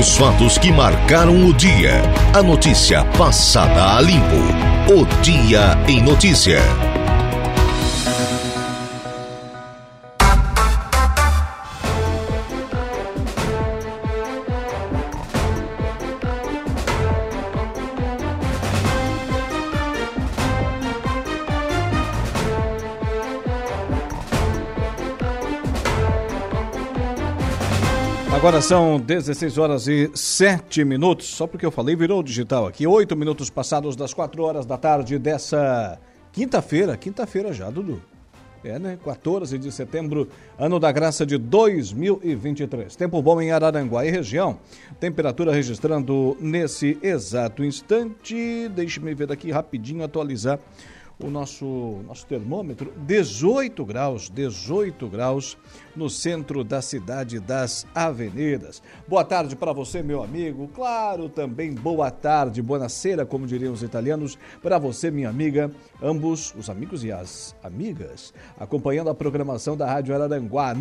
Os fatos que marcaram o dia. A notícia passada a limpo. O Dia em Notícia. Agora são 16 horas e 7 minutos, só porque eu falei virou digital aqui, 8 minutos passados das 4 horas da tarde dessa quinta-feira já, Dudu. 14 de setembro, ano da graça de 2023. Tempo bom em Araranguá e região, temperatura registrando nesse exato instante, deixe-me ver aqui rapidinho, atualizar o nosso termômetro, 18 graus no centro da cidade das avenidas. Boa tarde para você, meu amigo. Claro, também boa tarde, buonasera, como diriam os italianos, para você, minha amiga, ambos os amigos e as amigas, acompanhando a programação da Rádio Araranguá,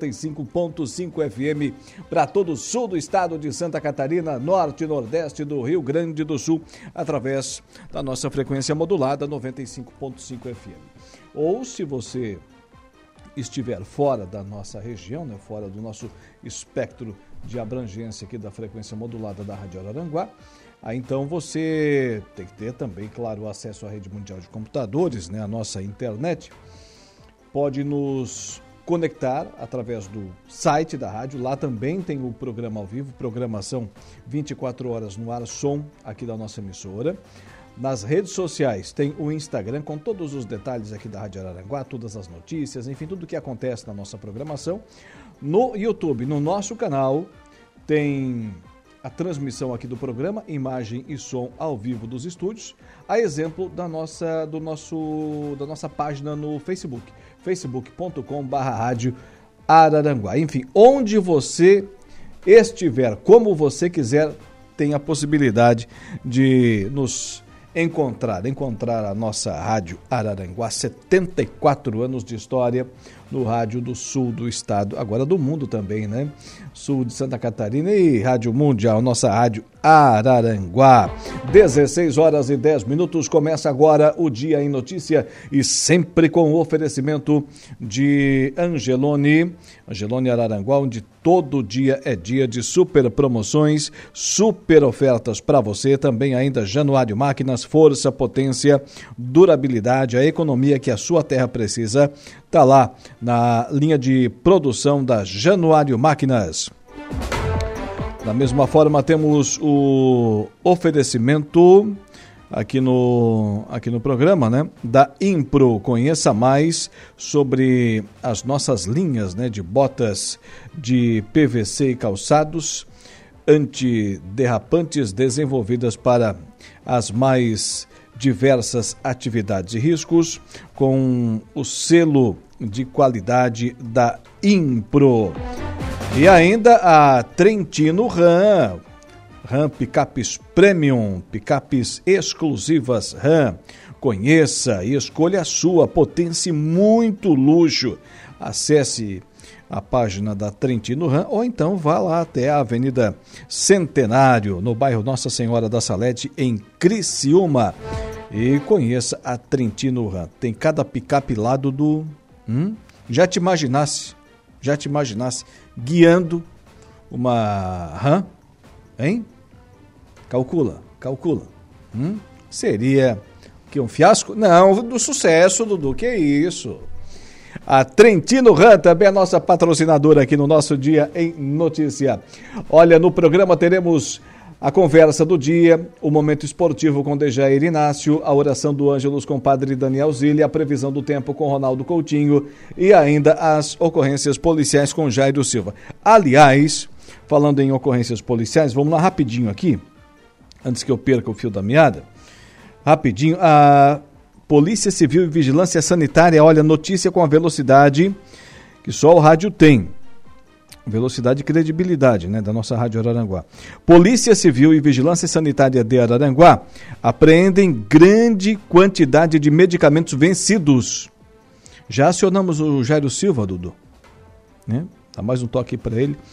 95.5 FM, para todo o sul do estado de Santa Catarina, norte e nordeste do Rio Grande do Sul, através da nossa frequência modulada, 95.5 FM. Ou, se você estiver fora da nossa região, fora do nosso espectro de abrangência aqui da frequência modulada da Rádio Araranguá, aí então você tem que ter também, claro, o acesso à rede mundial de computadores, a nossa internet. Pode nos conectar através do site da rádio, lá também tem o programa ao vivo, programação 24 horas no ar, som aqui da nossa emissora. Nas redes sociais tem o Instagram com todos os detalhes aqui da Rádio Araranguá, todas as notícias, enfim, tudo o que acontece na nossa programação. No YouTube, no nosso canal, tem a transmissão aqui do programa, imagem e som ao vivo dos estúdios, a exemplo da nossa página no Facebook, facebook.com/Rádio Araranguá. Enfim, onde você estiver, como você quiser, tem a possibilidade de nos encontrar a nossa Rádio Araranguá, 74 anos de história no rádio do sul do estado, agora do mundo também, Sul de Santa Catarina e Rádio Mundial, nossa Rádio Araranguá. 16 horas e 10 minutos, começa agora o Dia em Notícia e sempre com o oferecimento de Angelone Araranguá, onde todo dia é dia de super promoções, super ofertas para você, também ainda Januário Máquinas, força, potência, durabilidade, a economia que a sua terra precisa, tá lá na linha de produção da Januário Máquinas. Da mesma forma, temos o oferecimento aqui no programa, da Impro. Conheça mais sobre as nossas linhas, de botas de PVC e calçados antiderrapantes desenvolvidas para as mais diversas atividades e riscos, com o selo de qualidade da Impro. E ainda a Trentino Ram Picapes Premium, picapes exclusivas Ram. Conheça e escolha a sua, potência e muito luxo. Acesse a página da Trentino Ram ou então vá lá até a Avenida Centenário, no bairro Nossa Senhora da Salete, em Criciúma, e conheça a Trentino Ram. Tem cada picape lado do... Já te imaginasse guiando uma Ram, hein? Calcula. Seria que um fiasco? Não, do sucesso, Dudu, que é isso? A Trentino Ram também é a nossa patrocinadora aqui no nosso Dia em Notícia. Olha, no programa teremos a conversa do dia, o momento esportivo com Dejair Inácio, a oração do Ângelus com Padre Daniel Zilli, a previsão do tempo com Ronaldo Coutinho e ainda as ocorrências policiais com Jairo Silva. Aliás, falando em ocorrências policiais, vamos lá rapidinho aqui, antes que eu perca o fio da meada. Rapidinho, a Polícia Civil e Vigilância Sanitária, olha, notícia com a velocidade que só o rádio tem. Velocidade e credibilidade, da nossa Rádio Araranguá. Polícia Civil e Vigilância Sanitária de Araranguá apreendem grande quantidade de medicamentos vencidos. Já acionamos o Jairo Silva, Dudu. Dá mais um toque para ele,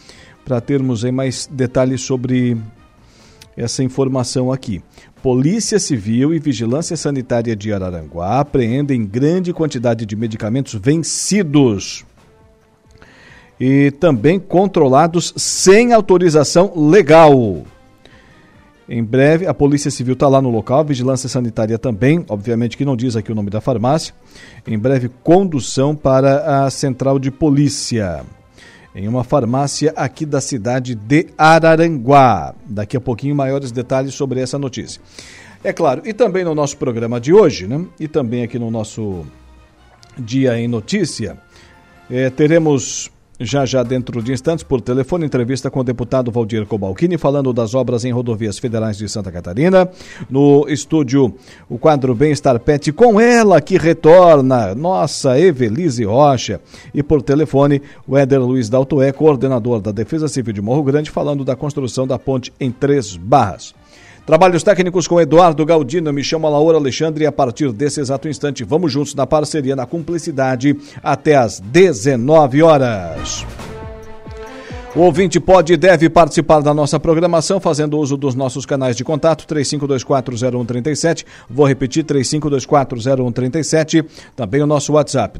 para termos aí mais detalhes sobre essa informação aqui. Polícia Civil e Vigilância Sanitária de Araranguá apreendem grande quantidade de medicamentos vencidos e também controlados sem autorização legal. Em breve, a Polícia Civil está lá no local, a Vigilância Sanitária também, obviamente que não diz aqui o nome da farmácia. Em breve, condução para a Central de Polícia, em uma farmácia aqui da cidade de Araranguá. Daqui a pouquinho, maiores detalhes sobre essa notícia. É claro, e também no nosso programa de hoje, né? E também aqui no nosso Dia em Notícia, teremos já dentro de instantes, por telefone, entrevista com o deputado Valdir Cobalcini, falando das obras em rodovias federais de Santa Catarina. No estúdio, o quadro Bem-Estar Pet, com ela que retorna, nossa Evelise Rocha. E por telefone, o Éder Luiz Daltoé, coordenador da Defesa Civil de Morro Grande, falando da construção da ponte em 3 barras. Trabalhos técnicos com Eduardo Galdino, me chamo Laura Alexandre e a partir desse exato instante vamos juntos na parceria, na cumplicidade, até às 19 horas. O ouvinte pode e deve participar da nossa programação fazendo uso dos nossos canais de contato, 35240137, vou repetir, 35240137, também o nosso WhatsApp,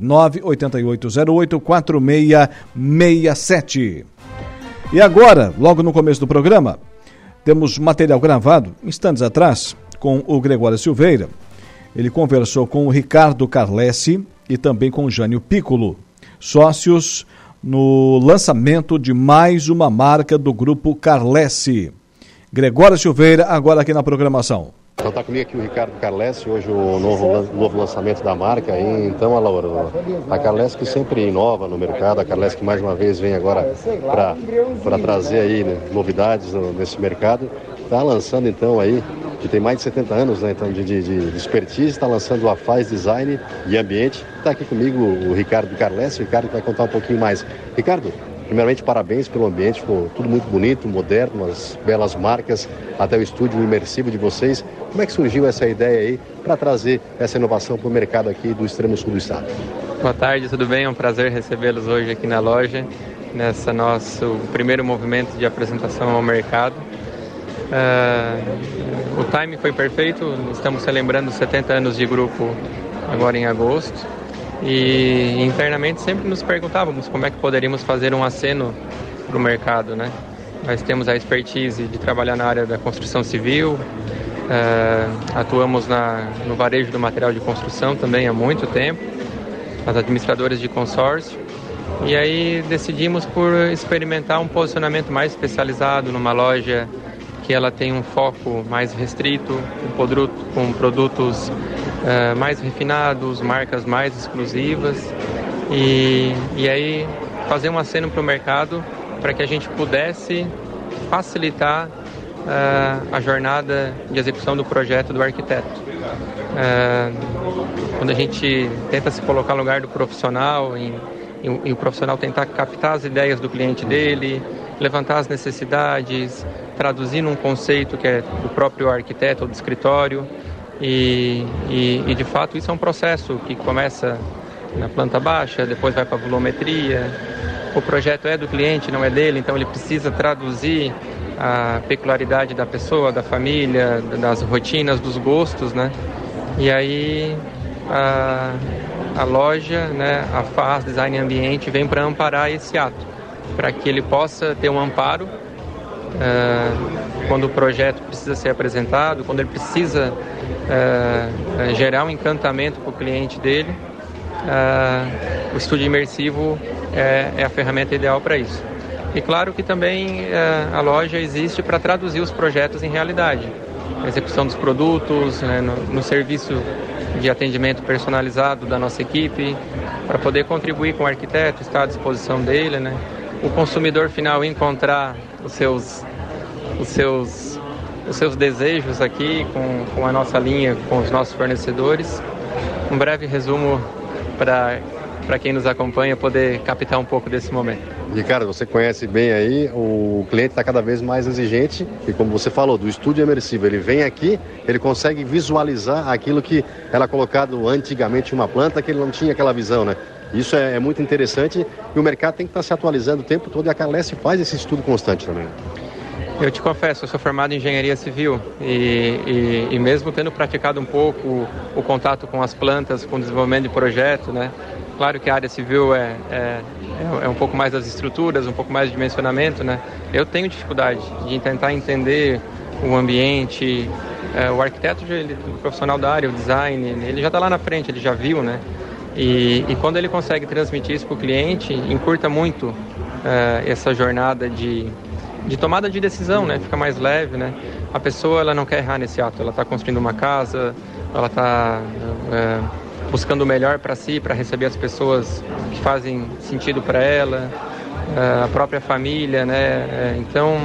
988084667. E agora, logo no começo do programa, temos material gravado, instantes atrás, com o Gregório Silveira. Ele conversou com o Ricardo Carlessi e também com o Jânio Piccolo, sócios no lançamento de mais uma marca do Grupo Carlessi. Gregório Silveira, agora aqui na programação. Então está comigo aqui o Ricardo Carlessi, hoje o novo lançamento da marca. Aí, então, Laura, a Carlessi que sempre inova no mercado, a Carlessi que mais uma vez vem agora para trazer aí, né, novidades nesse mercado. Está lançando então aí, que tem mais de 70 anos, né, então, de expertise, está lançando a Faz Design e Ambiente. Está aqui comigo o Ricardo Carlessi, o Ricardo que vai contar um pouquinho mais. Ricardo, primeiramente, parabéns pelo ambiente, ficou tudo muito bonito, moderno, as belas marcas, até o estúdio imersivo de vocês. Como é que surgiu essa ideia aí para trazer essa inovação para o mercado aqui do extremo sul do estado? Boa tarde, tudo bem? É um prazer recebê-los hoje aqui na loja, nesse nosso primeiro movimento de apresentação ao mercado. O timing foi perfeito, estamos celebrando 70 anos de grupo agora em agosto. E internamente sempre nos perguntávamos como é que poderíamos fazer um aceno para o mercado, né? Nós temos a expertise de trabalhar na área da construção civil, atuamos no varejo do material de construção também há muito tempo, as administradoras de consórcio, e aí decidimos por experimentar um posicionamento mais especializado numa loja que ela tem um foco mais restrito, com produtos mais refinados, marcas mais exclusivas, e aí fazer um aceno para o mercado para que a gente pudesse facilitar a jornada de execução do projeto do arquiteto. Quando a gente tenta se colocar no lugar do profissional e o profissional tentar captar as ideias do cliente dele, levantar as necessidades, traduzir num conceito que é do próprio arquiteto ou do escritório, e de fato isso é um processo que começa na planta baixa, depois vai para a volumetria. O projeto é do cliente, não é dele, então ele precisa traduzir a peculiaridade da pessoa, da família, das rotinas, dos gostos, né? E aí a loja, né, a Faz Design Ambiente vem para amparar esse ato, para que ele possa ter um amparo quando o projeto precisa ser apresentado, quando ele precisa gerar um encantamento para o cliente dele. O estúdio imersivo é a ferramenta ideal para isso. E claro que também a loja existe para traduzir os projetos em realidade. A execução dos produtos, né, no serviço de atendimento personalizado da nossa equipe, para poder contribuir com o arquiteto, estar à disposição dele, né? O consumidor final encontrar os seus desejos aqui com a nossa linha, com os nossos fornecedores. Um breve resumo para quem nos acompanha poder captar um pouco desse momento. Ricardo, você conhece bem aí, o cliente está cada vez mais exigente e, como você falou, do estúdio imersivo, ele vem aqui, ele consegue visualizar aquilo que era colocado antigamente em uma planta, que ele não tinha aquela visão, né? Isso é muito interessante e o mercado tem que estar se atualizando o tempo todo e a Carlesse faz esse estudo constante também. Eu te confesso, eu sou formado em engenharia civil e mesmo tendo praticado um pouco o contato com as plantas, com o desenvolvimento de projeto, né? Claro que a área civil é um pouco mais das estruturas, um pouco mais de dimensionamento, né? Eu tenho dificuldade de tentar entender o ambiente. O arquiteto, o profissional da área, o design, ele já está lá na frente, ele já viu, né? E quando ele consegue transmitir isso para o cliente, encurta muito essa jornada de tomada de decisão, né? Fica mais leve, né? A pessoa, ela não quer errar nesse ato, ela está construindo uma casa, ela está buscando o melhor para si, para receber as pessoas que fazem sentido para ela, a própria família, né? Então,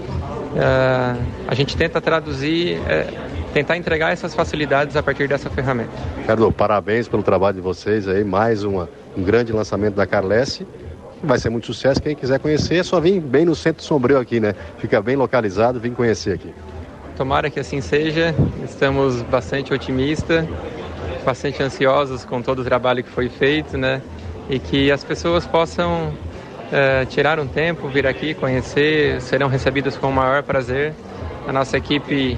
a gente tenta traduzir, tentar entregar essas facilidades a partir dessa ferramenta. Ricardo, parabéns pelo trabalho de vocês aí, mais um grande lançamento da Carlesse. Vai ser muito sucesso, quem quiser conhecer é só vir bem no Centro Sombrio aqui, né? Fica bem localizado, vem conhecer aqui. Tomara que assim seja, estamos bastante otimistas, bastante ansiosos com todo o trabalho que foi feito, né? E que as pessoas possam tirar um tempo, vir aqui, conhecer, serão recebidas com o maior prazer. A nossa equipe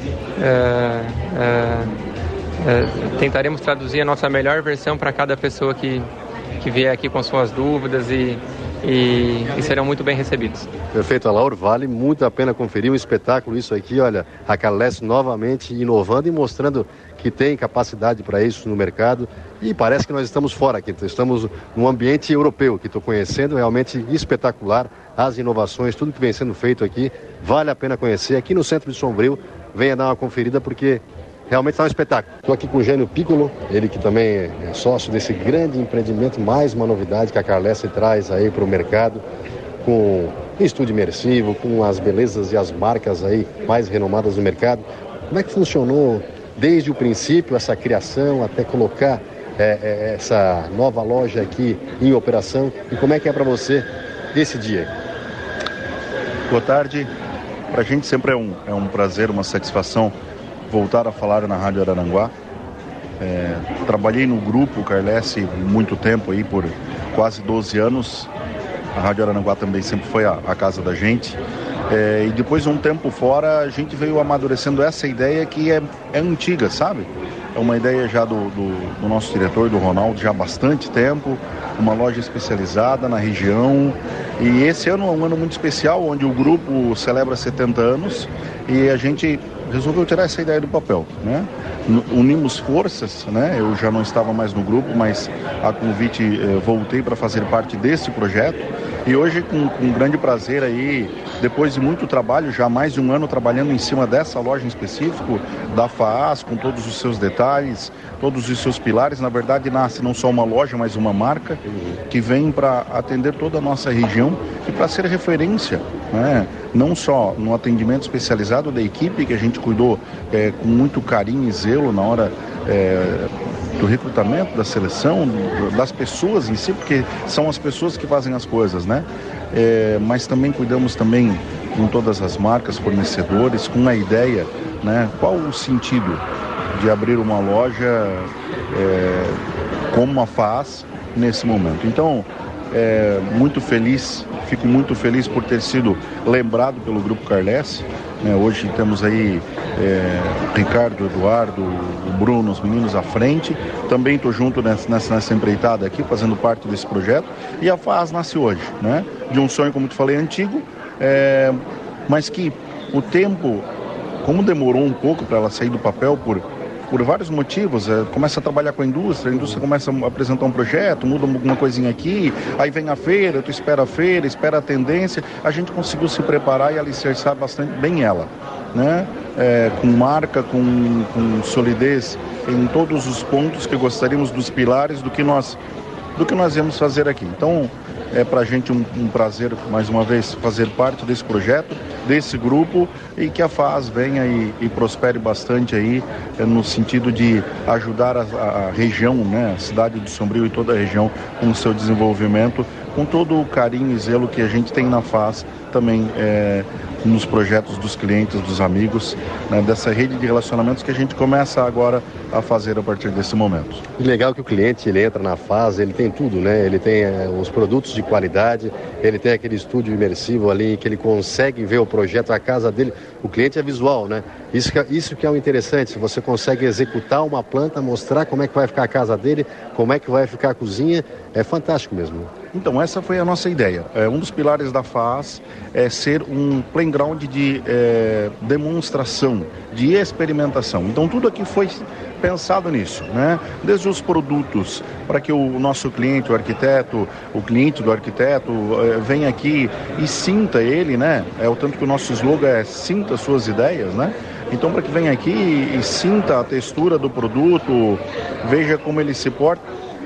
tentaremos traduzir a nossa melhor versão para cada pessoa que vier aqui com suas dúvidas e serão muito bem recebidos. Perfeito, Alauro, vale muito a pena conferir um espetáculo isso aqui, olha, a Carlesse novamente inovando e mostrando que tem capacidade para isso no mercado e parece que nós estamos fora aqui, estamos num ambiente europeu que estou conhecendo, realmente espetacular, as inovações, tudo que vem sendo feito aqui, vale a pena conhecer, aqui no Centro de Sombrio, venha dar uma conferida porque realmente está um espetáculo. Estou aqui com o Gênio Piccolo, ele que também é sócio desse grande empreendimento, mais uma novidade que a Carlesse traz aí para o mercado, com estúdio imersivo, com as belezas e as marcas aí mais renomadas do mercado. Como é que funcionou desde o princípio essa criação até colocar essa nova loja aqui em operação e como é que é para você esse dia? Boa tarde, para a gente sempre é um prazer, uma satisfação voltar a falar na Rádio Araranguá. Trabalhei no grupo Carlesse muito tempo, aí, por quase 12 anos. A Rádio Araranguá também sempre foi a casa da gente. E depois de um tempo fora, a gente veio amadurecendo essa ideia que é antiga, sabe? É uma ideia já do nosso diretor, do Ronaldo, já há bastante tempo. Uma loja especializada na região. E esse ano é um ano muito especial, onde o grupo celebra 70 anos e a gente resolveu tirar essa ideia do papel, né? Unimos forças, né? Eu já não estava mais no grupo, mas a convite voltei para fazer parte desse projeto e hoje com grande prazer aí, depois de muito trabalho, já mais de um ano trabalhando em cima dessa loja em específico, da FAAS, com todos os seus detalhes, todos os seus pilares, na verdade nasce não só uma loja, mas uma marca que vem para atender toda a nossa região e para ser referência, né? Não só no atendimento especializado da equipe, que a gente cuidou com muito carinho e zelo na hora do recrutamento, da seleção, das pessoas em si, porque são as pessoas que fazem as coisas, né? Mas também cuidamos também com todas as marcas, fornecedores, com a ideia, né? Qual o sentido de abrir uma loja como a FAAS nesse momento. Então, muito feliz, fico muito feliz por ter sido lembrado pelo Grupo Carlesse. Hoje temos aí Ricardo, Eduardo, o Bruno, os meninos à frente. Também estou junto nessa empreitada aqui, fazendo parte desse projeto. E a FAAS nasce hoje, né? De um sonho, como te falei, antigo, mas que o tempo, como demorou um pouco para ela sair do papel por vários motivos, começa a trabalhar com a indústria começa a apresentar um projeto, muda alguma coisinha aqui, aí vem a feira, tu espera a feira, espera a tendência, a gente conseguiu se preparar e alicerçar bastante bem ela, né? Com marca, com solidez em todos os pontos que gostaríamos, dos pilares do que nós íamos fazer aqui. Então, é para a gente um prazer, mais uma vez, fazer parte desse projeto, desse grupo, e que a FAAS venha e prospere bastante aí, no sentido de ajudar a região, né, a cidade de Sombrio e toda a região com o seu desenvolvimento, com todo o carinho e zelo que a gente tem na FAS, também nos projetos dos clientes, dos amigos, né, dessa rede de relacionamentos que a gente começa agora a fazer a partir desse momento. E legal que o cliente, ele entra na FAS, ele tem tudo, né? Ele tem os produtos de qualidade, ele tem aquele estúdio imersivo ali, que ele consegue ver o projeto, a casa dele. O cliente é visual, né? Isso que é o interessante, você consegue executar uma planta, mostrar como é que vai ficar a casa dele, como é que vai ficar a cozinha, é fantástico mesmo. Então, essa foi a nossa ideia. Um dos pilares da FAS é ser um playground de demonstração, de experimentação. Então, tudo aqui foi pensado nisso, né? Desde os produtos, para que o nosso cliente, o arquiteto, o cliente do arquiteto, venha aqui e sinta ele, né? O tanto que o nosso slogan é sinta suas ideias, né? Então, para que venha aqui e sinta a textura do produto, veja como ele se porta.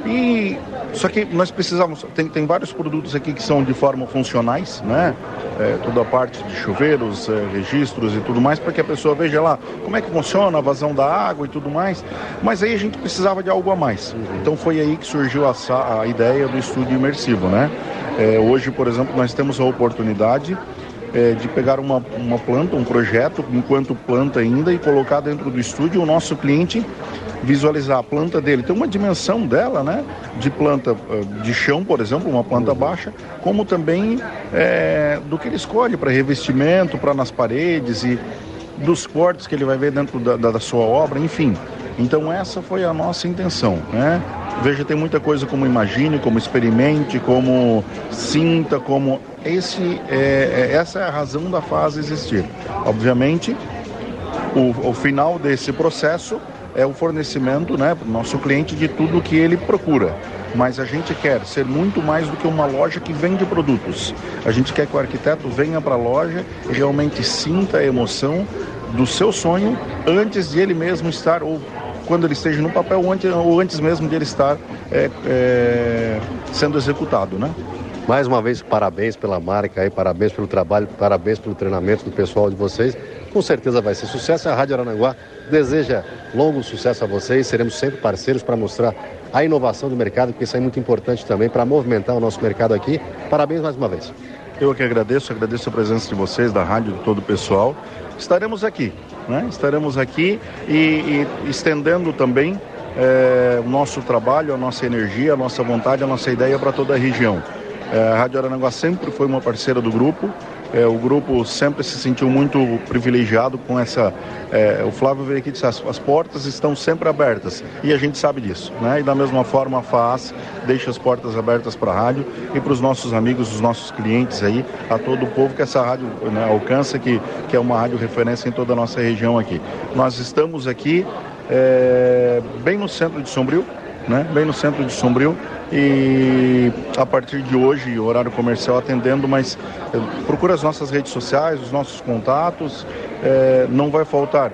Só que nós precisamos, tem vários produtos aqui que são de forma funcionais, né? Toda a parte de chuveiros, registros e tudo mais, para que a pessoa veja lá como é que funciona a vazão da água e tudo mais. Mas aí a gente precisava de algo a mais. Então foi aí que surgiu a ideia do estúdio imersivo, né? Hoje, por exemplo, nós temos a oportunidade de pegar uma planta, um projeto, enquanto planta ainda, e colocar dentro do estúdio o nosso cliente visualizar a planta dele. Tem uma dimensão dela, né? De planta de chão, por exemplo, uma planta baixa, como também do que ele escolhe para revestimento, para nas paredes e dos cortes que ele vai ver dentro da sua obra, enfim. Então essa foi a nossa intenção, né? Veja, tem muita coisa como imagine, como experimente, como sinta, como... essa é a razão da FAS existir. Obviamente, o final desse processo é o fornecimento, né, para o nosso cliente de tudo que ele procura. Mas a gente quer ser muito mais do que uma loja que vende produtos. A gente quer que o arquiteto venha para a loja e realmente sinta a emoção do seu sonho antes de ele mesmo estar, ou quando ele esteja no papel, ou antes mesmo de ele estar sendo executado, né? Mais uma vez, parabéns pela marca, aí, parabéns pelo trabalho, parabéns pelo treinamento do pessoal de vocês. Com certeza vai ser sucesso. A Rádio Araranguá deseja longo sucesso a vocês. Seremos sempre parceiros para mostrar a inovação do mercado, porque isso é muito importante também para movimentar o nosso mercado aqui. Parabéns mais uma vez. Eu que agradeço a presença de vocês, da rádio, de todo o pessoal. Estaremos aqui, né? Estaremos aqui e estendendo também o nosso trabalho, a nossa energia, a nossa vontade, a nossa ideia para toda a região. A Rádio Araranguá sempre foi uma parceira do grupo. O grupo sempre se sentiu muito privilegiado com essa... o Flávio veio aqui e disse, as portas estão sempre abertas, e a gente sabe disso, né? E da mesma forma a FAS deixa as portas abertas para a rádio e para os nossos amigos, os nossos clientes aí, a todo o povo que essa rádio, né, alcança, que é uma rádio referência em toda a nossa região aqui. Nós estamos aqui bem no centro de Sombrio, né? Bem no centro de Sombrio, e a partir de hoje, horário comercial atendendo, mas procura as nossas redes sociais, os nossos contatos, não vai faltar.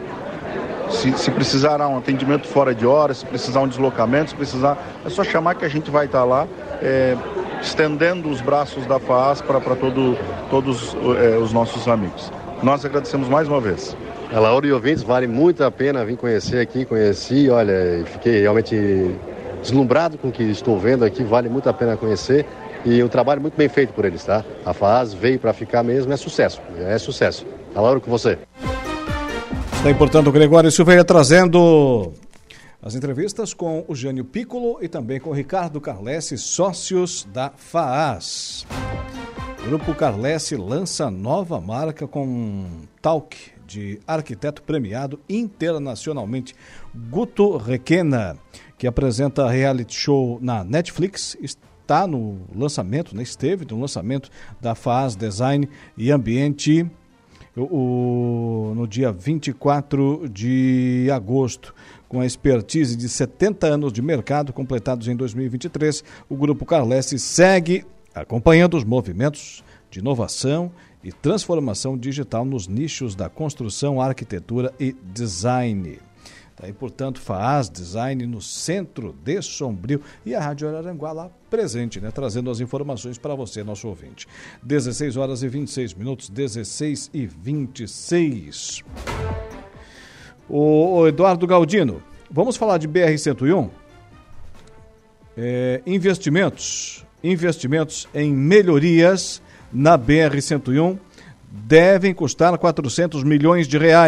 Se precisar um atendimento fora de hora, se precisar um deslocamento, se precisar, é só chamar que a gente vai estar lá, estendendo os braços da FAS para todos os nossos amigos. Nós agradecemos mais uma vez. Laura e ouvintes, vale muito a pena vir conhecer aqui, olha, fiquei realmente deslumbrado com o que estou vendo aqui, vale muito a pena conhecer, e um trabalho muito bem feito por eles, tá? A FAS veio para ficar mesmo, é sucesso. Laura, com você. Está importando o Gregório Silveira trazendo as entrevistas com o Jânio Piccolo e também com o Ricardo Carlessi, sócios da FAS. O Grupo Carlessi lança nova marca com talk de arquiteto premiado internacionalmente, Guto Requena, que apresenta reality show na Netflix, está no lançamento, né? Esteve no lançamento da FAS Design e Ambiente no dia 24 de agosto. Com a expertise de 70 anos de mercado completados em 2023, o Grupo Carlessi segue acompanhando os movimentos de inovação e transformação digital nos nichos da construção, arquitetura e design. Tá, e, portanto, FAS Design no centro de Sombrio e a Rádio Araranguá lá presente, né, trazendo as informações para você, nosso ouvinte. 16 horas e 26 minutos, 16 e 26. O Eduardo Galdino, vamos falar de BR-101? Investimentos investimentos em melhorias na BR-101 devem custar R$400 milhões.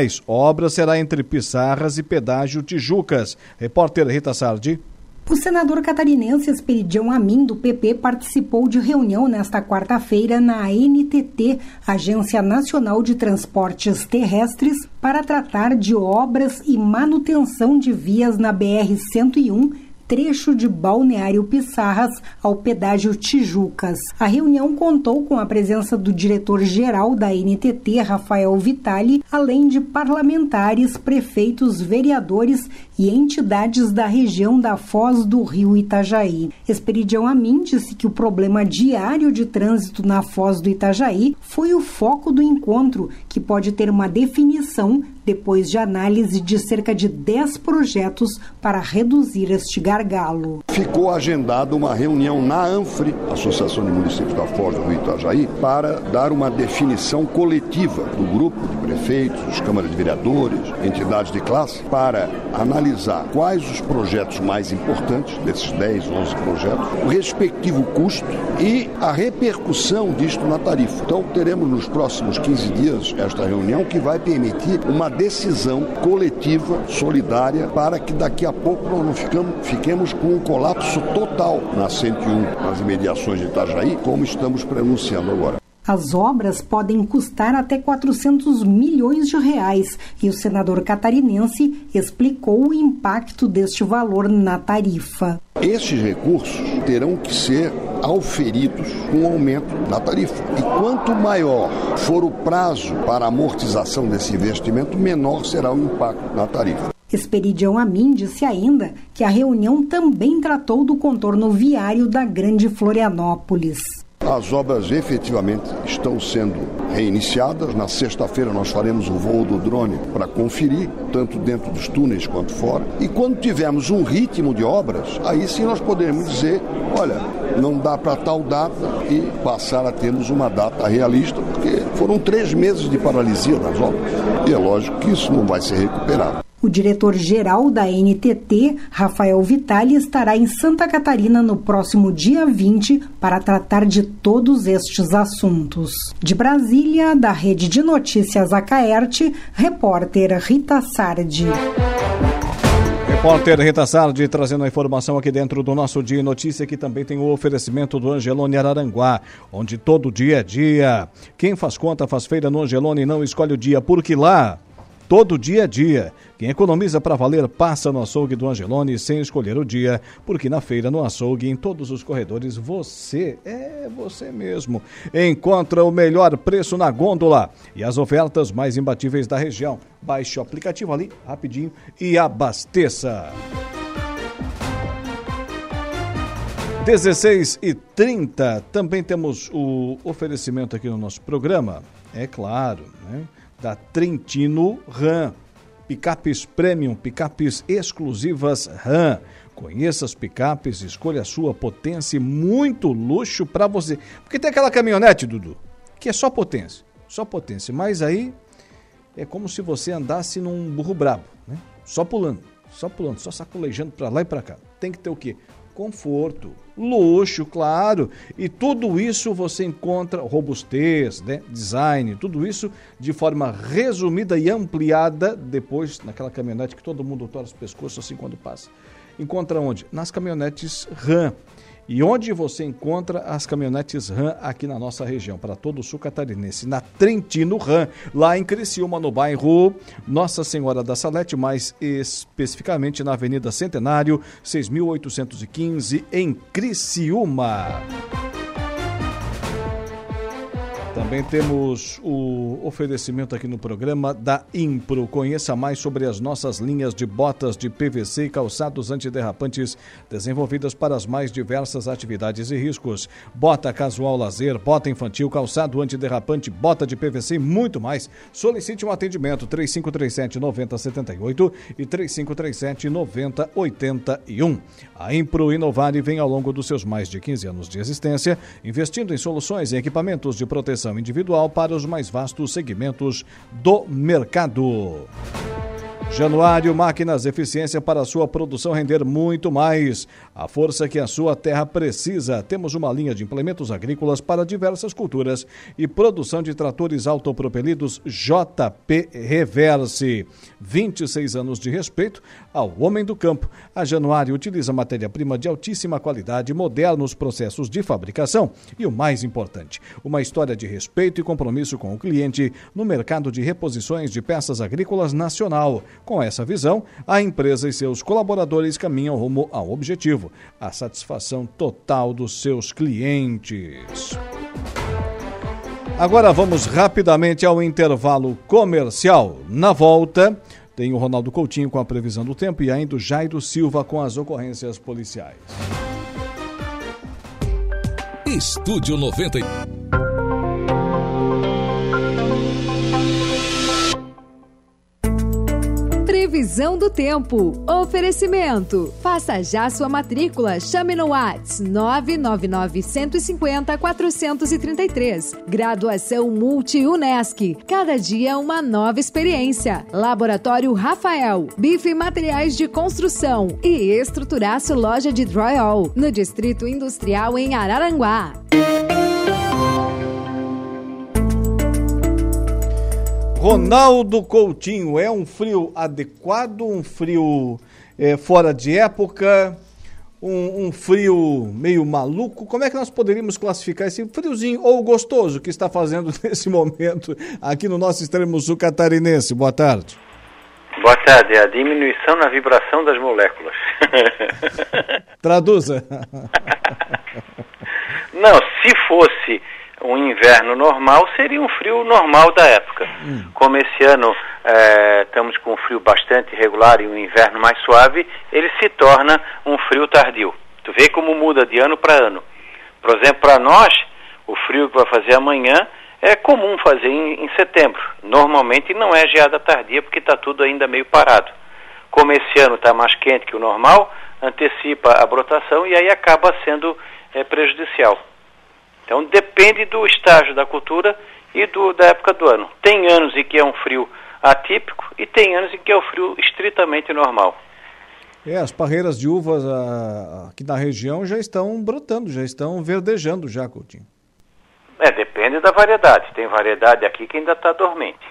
Obra será entre Pissarras e Pedágio Tijucas. Repórter Rita Sardi. O senador catarinense Esperidião Amin, do PP, participou de reunião nesta quarta-feira na ANTT, Agência Nacional de Transportes Terrestres, para tratar de obras e manutenção de vias na BR-101, trecho de Balneário Pissarras ao Pedágio Tijucas. A reunião contou com a presença do diretor-geral da ANTT, Rafael Vitali, além de parlamentares, prefeitos, vereadores e entidades da região da Foz do Rio Itajaí. Esperidião Amin disse que o problema diário de trânsito na Foz do Itajaí foi o foco do encontro, que pode ter uma definição depois de análise de cerca de 10 projetos para reduzir este gargalo. Ficou agendada uma reunião na ANFRE, Associação de Municípios da Foz do Rio Itajaí, para dar uma definição coletiva do grupo de prefeitos, câmaras de vereadores, entidades de classe, para analisar quais os projetos mais importantes, desses 10, 11 projetos, o respectivo custo e a repercussão disto na tarifa. Então, teremos nos próximos 15 dias esta reunião que vai permitir uma decisão coletiva, solidária, para que daqui a pouco nós não fiquemos com um colapso total na 101, nas imediações de Itajaí, como estamos pronunciando agora. As obras podem custar até R$400 milhões e o senador catarinense explicou o impacto deste valor na tarifa. Esses recursos terão que ser auferidos com o aumento da tarifa. E quanto maior for o prazo para a amortização desse investimento, menor será o impacto na tarifa. Esperidião Amin disse ainda que a reunião também tratou do contorno viário da Grande Florianópolis. As obras efetivamente estão sendo reiniciadas. Na sexta-feira nós faremos o voo do drone para conferir, tanto dentro dos túneis quanto fora. E quando tivermos um ritmo de obras, aí sim nós podemos dizer, olha, não dá para tal data e passar a termos uma data realista, porque foram 3 meses de paralisia nas obras. E é lógico que isso não vai ser recuperado. O diretor-geral da ANTT, Rafael Vitali, estará em Santa Catarina no próximo dia 20 para tratar de todos estes assuntos. De Brasília, da Rede de Notícias Acaerte, repórter Rita Sardi. Repórter Rita Sardi trazendo a informação aqui dentro do nosso Dia em Notícia, que também tem o oferecimento do Angelone Araranguá, onde todo dia é dia. Quem faz conta faz feira no Angelone e não escolhe o dia, porque lá todo dia é dia. Quem economiza para valer passa no açougue do Angelone sem escolher o dia, porque na feira, no açougue, em todos os corredores, você mesmo encontra o melhor preço na gôndola e as ofertas mais imbatíveis da região. Baixe o aplicativo ali, rapidinho, e abasteça. 16h30, também temos o oferecimento aqui no nosso programa, é claro, né? Da Trentino Ram, picapes premium, picapes exclusivas Ram. Conheça as picapes, escolha a sua potência e muito luxo para você. Porque tem aquela caminhonete, Dudu, que é só potência, mas aí é como se você andasse num burro brabo, né? Só pulando, só sacolejando para lá e para cá. Tem que ter o quê? Conforto, luxo, claro, e tudo isso você encontra, robustez, né? Design, tudo isso de forma resumida e ampliada depois naquela caminhonete que todo mundo torce o pescoço assim quando passa. Encontra onde? Nas caminhonetes Ram. E onde você encontra as caminhonetes Ram aqui na nossa região, para todo o sul catarinense, na Trentino Ram, lá em Criciúma, no bairro Nossa Senhora da Salete, mais especificamente na Avenida Centenário, 6.815, em Criciúma. Também temos o oferecimento aqui no programa da Impro. Conheça mais sobre as nossas linhas de botas de PVC e calçados antiderrapantes desenvolvidas para as mais diversas atividades e riscos. Bota casual lazer, bota infantil, calçado antiderrapante, bota de PVC e muito mais. Solicite um atendimento 3537-9078 e 3537-9081. A Impro Inovare vem ao longo dos seus mais de 15 anos de existência, investindo em soluções e equipamentos de proteção individual para os mais vastos segmentos do mercado. Januário Máquinas, eficiência para a sua produção render muito mais. A força que a sua terra precisa. Temos uma linha de implementos agrícolas para diversas culturas e produção de tratores autopropelidos JP Reverse. 26 anos de respeito ao homem do campo. A Januário utiliza matéria-prima de altíssima qualidade, modernos processos de fabricação e o mais importante, uma história de respeito e compromisso com o cliente no mercado de reposições de peças agrícolas nacional. Com essa visão, a empresa e seus colaboradores caminham rumo ao objetivo, a satisfação total dos seus clientes. Agora vamos rapidamente ao intervalo comercial. Na volta, tem o Ronaldo Coutinho com a previsão do tempo e ainda o Jairo Silva com as ocorrências policiais. Estúdio 90. Previsão do tempo. Oferecimento. Faça já sua matrícula. Chame no WhatsApp 999-150-433. Graduação Multi-UNESC. Cada dia uma nova experiência. Laboratório Rafael. Bife Materiais de Construção. E Estruturaço Loja de Drywall. No Distrito Industrial em Araranguá. Ronaldo Coutinho, é um frio adequado, um frio fora de época, um frio meio maluco? Como é que nós poderíamos classificar esse friozinho ou gostoso que está fazendo nesse momento aqui no nosso extremo sul catarinense? Boa tarde. Boa tarde, é a diminuição na vibração das moléculas. Traduza. Não, se fosse um inverno normal, seria um frio normal da época. Como esse ano estamos com um frio bastante irregular e um inverno mais suave, ele se torna um frio tardio. Tu vê como muda de ano para ano. Por exemplo, para nós, o frio que vai fazer amanhã é comum fazer em setembro. Normalmente não é geada tardia, porque está tudo ainda meio parado. Como esse ano está mais quente que o normal, antecipa a brotação e aí acaba sendo prejudicial. Então depende do estágio da cultura e da época do ano. Tem anos em que é um frio atípico e tem anos em que é um frio estritamente normal. As parreiras de uvas aqui na região já estão brotando, já estão verdejando já, Coutinho. Depende da variedade. Tem variedade aqui que ainda está dormente.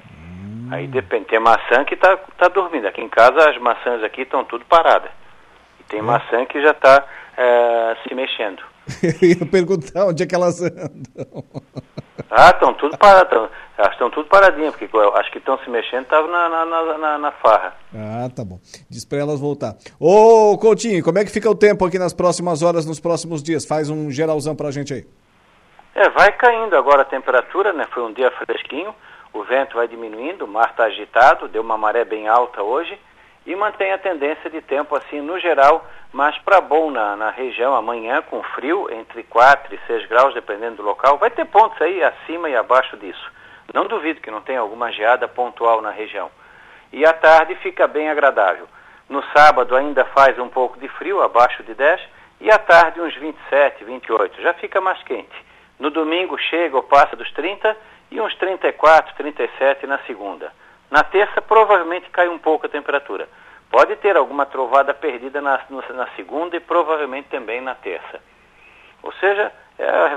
Aí depende. Tem maçã que está dormindo. Aqui em casa as maçãs aqui estão tudo paradas. E tem maçã que já está se mexendo. Eu ia perguntar onde é que elas andam. Estão tudo paradas. Elas estão tudo paradinhas, porque acho que estão se mexendo, estavam na farra. Tá bom. Diz para elas voltar. Ô, Coutinho, como é que fica o tempo aqui nas próximas horas, nos próximos dias? Faz um geralzão pra gente aí. Vai caindo agora a temperatura, né? Foi um dia fresquinho, o vento vai diminuindo, o mar está agitado, deu uma maré bem alta hoje, e mantém a tendência de tempo assim no geral, mas para bom na região, amanhã com frio, entre 4 e 6 graus, dependendo do local, vai ter pontos aí acima e abaixo disso. Não duvido que não tenha alguma geada pontual na região. E à tarde fica bem agradável. No sábado ainda faz um pouco de frio, abaixo de 10, e à tarde uns 27, 28, já fica mais quente. No domingo chega ou passa dos 30 e uns 34, 37 na segunda. Na terça provavelmente cai um pouco a temperatura. Pode ter alguma trovada perdida na segunda e provavelmente também na terça. Ou seja, é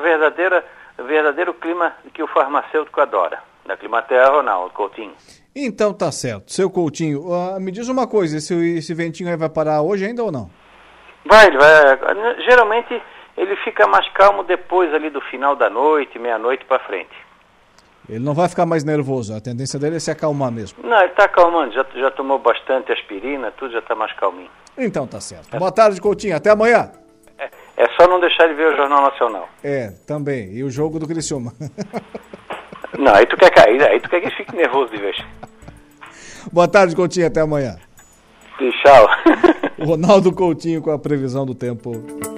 o verdadeiro clima que o farmacêutico adora. Da Climaterra, Ronaldo Coutinho. Então tá certo. Seu Coutinho, me diz uma coisa, esse ventinho aí vai parar hoje ainda ou não? Vai. Geralmente ele fica mais calmo depois ali do final da noite, meia-noite para frente. Ele não vai ficar mais nervoso, a tendência dele é se acalmar mesmo. Não, ele está acalmando, já tomou bastante aspirina, tudo já está mais calminho. Então tá certo. Boa tarde, Coutinho, até amanhã. É só não deixar de ver o Jornal Nacional. Também, e o jogo do Criciúma. Não, aí tu quer que ele fique nervoso de vez. Boa tarde, Coutinho, até amanhã. E tchau. O Ronaldo Coutinho com a previsão do tempo.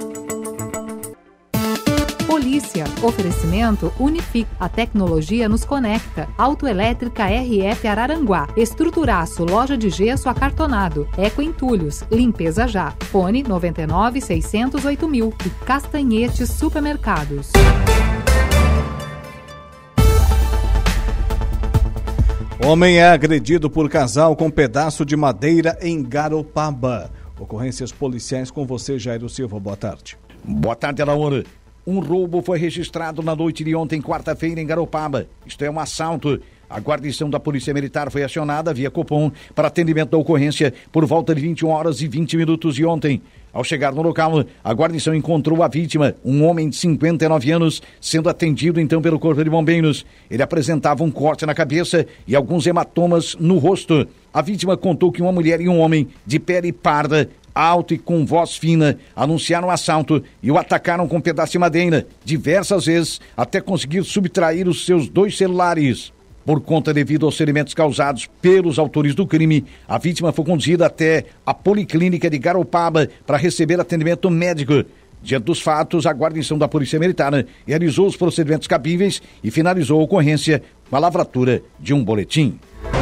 Polícia. Oferecimento Unifique. A tecnologia nos conecta. Autoelétrica RF Araranguá. Estruturaço. Loja de gesso acartonado. Eco Entulhos. Limpeza já. Fone 99-608.000. E Castanhetes Supermercados. Homem é agredido por casal com pedaço de madeira em Garopaba. Ocorrências policiais com você, Jairo Silva. Boa tarde. Boa tarde, Alaor. Um roubo foi registrado na noite de ontem, quarta-feira, em Garopaba. Isto é um assalto. A guarnição da Polícia Militar foi acionada via Copom para atendimento da ocorrência por volta de 21 horas e 20 minutos de ontem. Ao chegar no local, a guarnição encontrou a vítima, um homem de 59 anos, sendo atendido então pelo Corpo de Bombeiros. Ele apresentava um corte na cabeça e alguns hematomas no rosto. A vítima contou que uma mulher e um homem de pele parda, alto e com voz fina, anunciaram o assalto e o atacaram com um pedaço de madeira, diversas vezes, até conseguir subtrair os seus 2 celulares. Por conta devido aos ferimentos causados pelos autores do crime, a vítima foi conduzida até a Policlínica de Garopaba para receber atendimento médico. Diante dos fatos, a guarnição da Polícia Militar realizou os procedimentos cabíveis e finalizou a ocorrência com a lavratura de um boletim.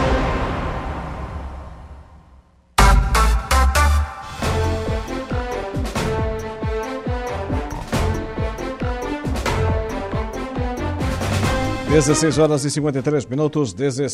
Dezesseis horas e 53 minutos,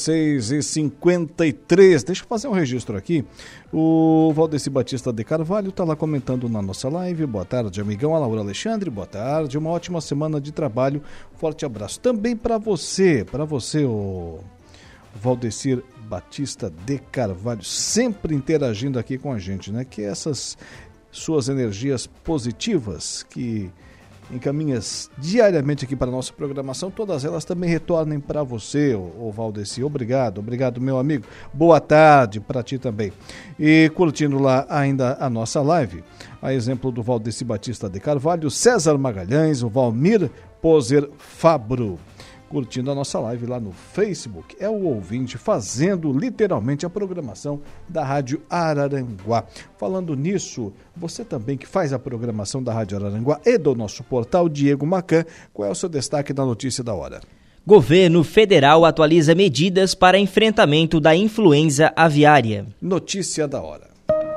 16h53. Deixa eu fazer um registro aqui. O Valdeci Batista de Carvalho está lá comentando na nossa live. Boa tarde, amigão. A Laura Alexandre, boa tarde. Uma ótima semana de trabalho. Forte abraço. Também para você, o Valdeci Batista de Carvalho, sempre interagindo aqui com a gente, né? Que essas suas energias positivas que encaminhas diariamente aqui para a nossa programação, todas elas também retornem para você, o Valdeci. Obrigado, meu amigo. Boa tarde para ti também. E curtindo lá ainda a nossa live, a exemplo do Valdeci Batista de Carvalho, César Magalhães, o Valmir Poser Fabro, curtindo a nossa live lá no Facebook. É o ouvinte fazendo literalmente a programação da Rádio Araranguá. Falando nisso, você também que faz a programação da Rádio Araranguá e do nosso portal, Diego Macan, qual é o seu destaque da notícia da hora? Governo federal atualiza medidas para enfrentamento da influenza aviária. Notícia da hora.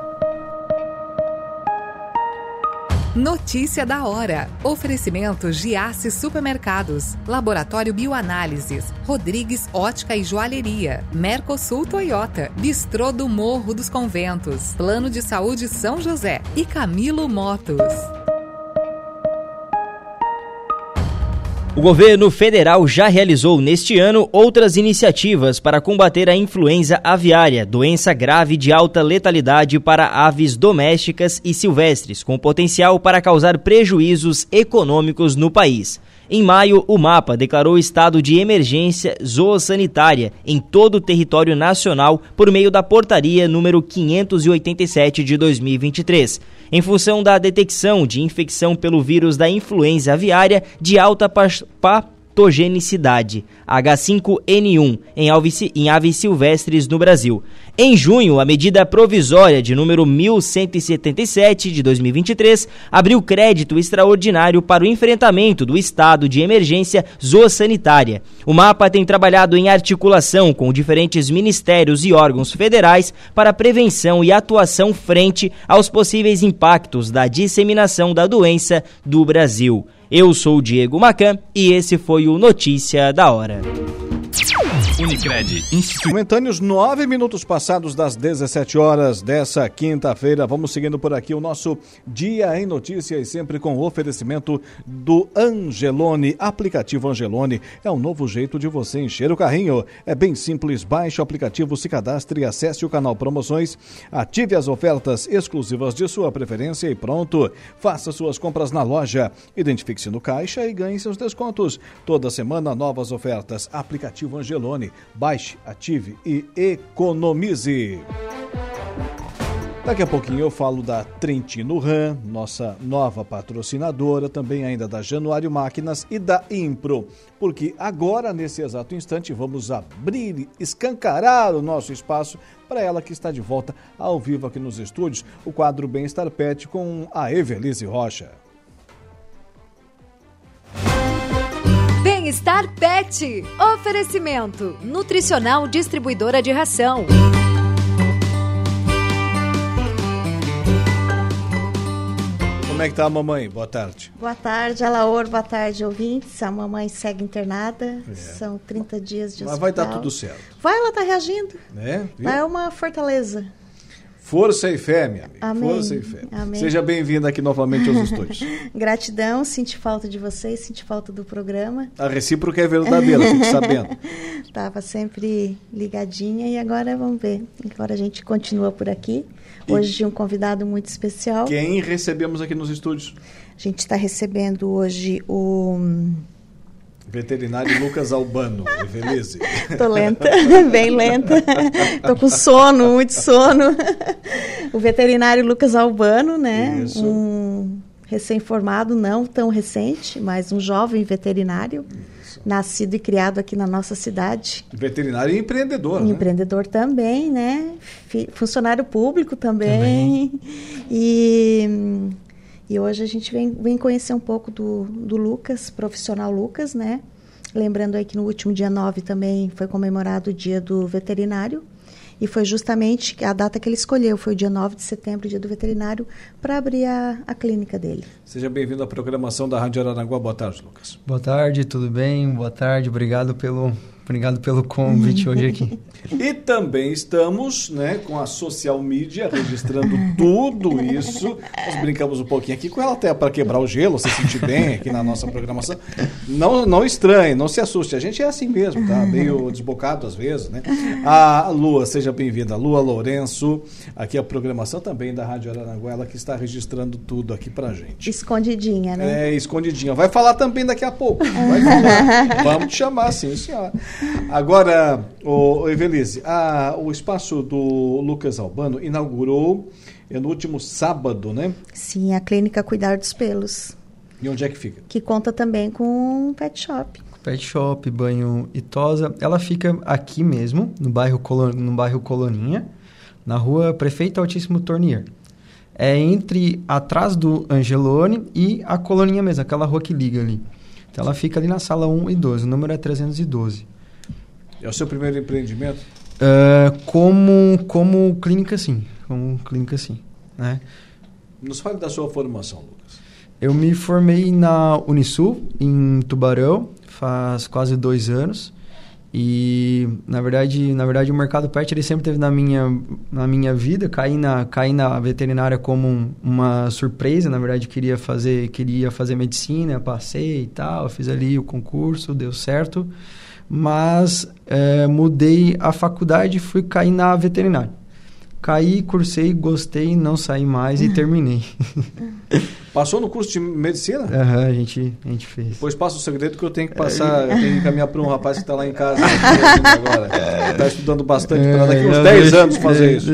Notícia da hora. Oferecimento Giasse Supermercados, Laboratório Bioanálises, Rodrigues Ótica e Joalheria, Mercosul Toyota, Bistrô do Morro dos Conventos, Plano de Saúde São José e Camilo Motos. O governo federal já realizou neste ano outras iniciativas para combater a influenza aviária, doença grave de alta letalidade para aves domésticas e silvestres, com potencial para causar prejuízos econômicos no país. Em maio, o MAPA declarou estado de emergência zoossanitária em todo o território nacional por meio da portaria número 587 de 2023, em função da detecção de infecção pelo vírus da influenza aviária de alta patogenicidade, H5N1, em aves silvestres no Brasil. Em junho, a medida provisória de número 1177 de 2023 abriu crédito extraordinário para o enfrentamento do estado de emergência zoossanitária. O MAPA tem trabalhado em articulação com diferentes ministérios e órgãos federais para prevenção e atuação frente aos possíveis impactos da disseminação da doença do Brasil. Eu sou o Diego Macan e esse foi o Notícia da Hora. Unicred. Momentâneos 9 minutos passados das 17 horas dessa quinta-feira. Vamos seguindo por aqui o nosso Dia em Notícias, sempre com o oferecimento do Angelone. Aplicativo Angelone é um novo jeito de você encher o carrinho. É bem simples, baixe o aplicativo, se cadastre, acesse o canal Promoções, ative as ofertas exclusivas de sua preferência e pronto. Faça suas compras na loja, identifique-se no caixa e ganhe seus descontos. Toda semana novas ofertas. Aplicativo Angelone. Baixe, ative e economize. Daqui a pouquinho eu falo da Trentino Ram, nossa nova patrocinadora, também ainda da Januário Máquinas e da Impro, porque agora, nesse exato instante, vamos abrir, escancarar o nosso espaço para ela que está de volta ao vivo aqui nos estúdios, o quadro Bem-Estar Pet com a Evelise Rocha. Bem-Estar Pet. Oferecimento. Nutricional Distribuidora de Ração. Como é que tá a mamãe? Boa tarde. Boa tarde, Alaor. Boa tarde, ouvintes. A mamãe segue internada. São 30 dias de hospital. Mas vai dar tudo certo. Vai, ela tá reagindo. Lá é uma fortaleza. Força e fé, minha amiga. Amém. Força e fé. Amém. Seja bem-vinda aqui novamente aos estúdios. Gratidão, senti falta de vocês, senti falta do programa. A recíproca é verdadeira, fique sabendo. Tava sempre ligadinha e agora vamos ver. Agora a gente continua por aqui. Hoje um convidado muito especial. Quem recebemos aqui nos estúdios? A gente está recebendo hoje o... veterinário Lucas Albano, Evelise. Tô lenta, bem lenta. Tô com sono, muito sono. O veterinário Lucas Albano, né? Isso. Um recém-formado, não tão recente, mas um jovem veterinário. Isso. Nascido e criado aqui na nossa cidade. Veterinário e empreendedor, né? Empreendedor também, né? Funcionário público também. E hoje a gente vem conhecer um pouco do Lucas, profissional Lucas, né? Lembrando aí que no último dia 9 também foi comemorado o dia do veterinário. E foi justamente a data que ele escolheu, foi o dia 9 de setembro, dia do veterinário, para abrir a clínica dele. Seja bem-vindo à programação da Rádio Araranguá. Boa tarde, Lucas. Boa tarde, tudo bem? Boa tarde, obrigado pelo convite hoje aqui. E também estamos, né, com a social media registrando tudo isso. Nós brincamos um pouquinho aqui com ela até para quebrar o gelo, se sentir bem aqui na nossa programação. Não estranhe, não se assuste. A gente é assim mesmo, tá? Meio desbocado às vezes, né? A Lua, seja bem-vinda. Lua Lourenço, aqui a programação também da Rádio Araranguá, ela que está registrando tudo aqui pra gente. Escondidinha, né? É, escondidinha. Vai falar também daqui a pouco. Vai falar. Vamos te chamar, sim, senhora. Agora, Evelise, o espaço do Lucas Albano inaugurou no último sábado, né? Sim, a clínica Cuidar dos Pelos. E onde é que fica? Que conta também com pet shop. Pet shop, banho e tosa. Ela fica aqui mesmo, no bairro Coloninha, na rua Prefeito Altíssimo Tornier. É atrás do Angelone e a Coloninha mesmo, aquela rua que liga ali. Então ela fica ali na sala 1 e 12, o número é 312. É o seu primeiro empreendimento? Como clínica, sim. Né? Nos fale da sua formação, Lucas. Eu me formei na Unisul, em Tubarão, faz quase 2 anos. E, na verdade o mercado pet ele sempre teve na minha vida. Caí na veterinária como uma surpresa. Na verdade, queria fazer medicina, passei e tal. Fiz ali o concurso, deu certo. Mas mudei a faculdade e fui cair na veterinária. Caí, cursei, gostei, não saí mais e terminei. Passou no curso de medicina? Aham, a gente fez. Depois passa o segredo que eu tenho que passar, eu tenho que encaminhar para um rapaz que está lá em casa agora. Está estudando bastante para daqui uns 10 anos fazer isso.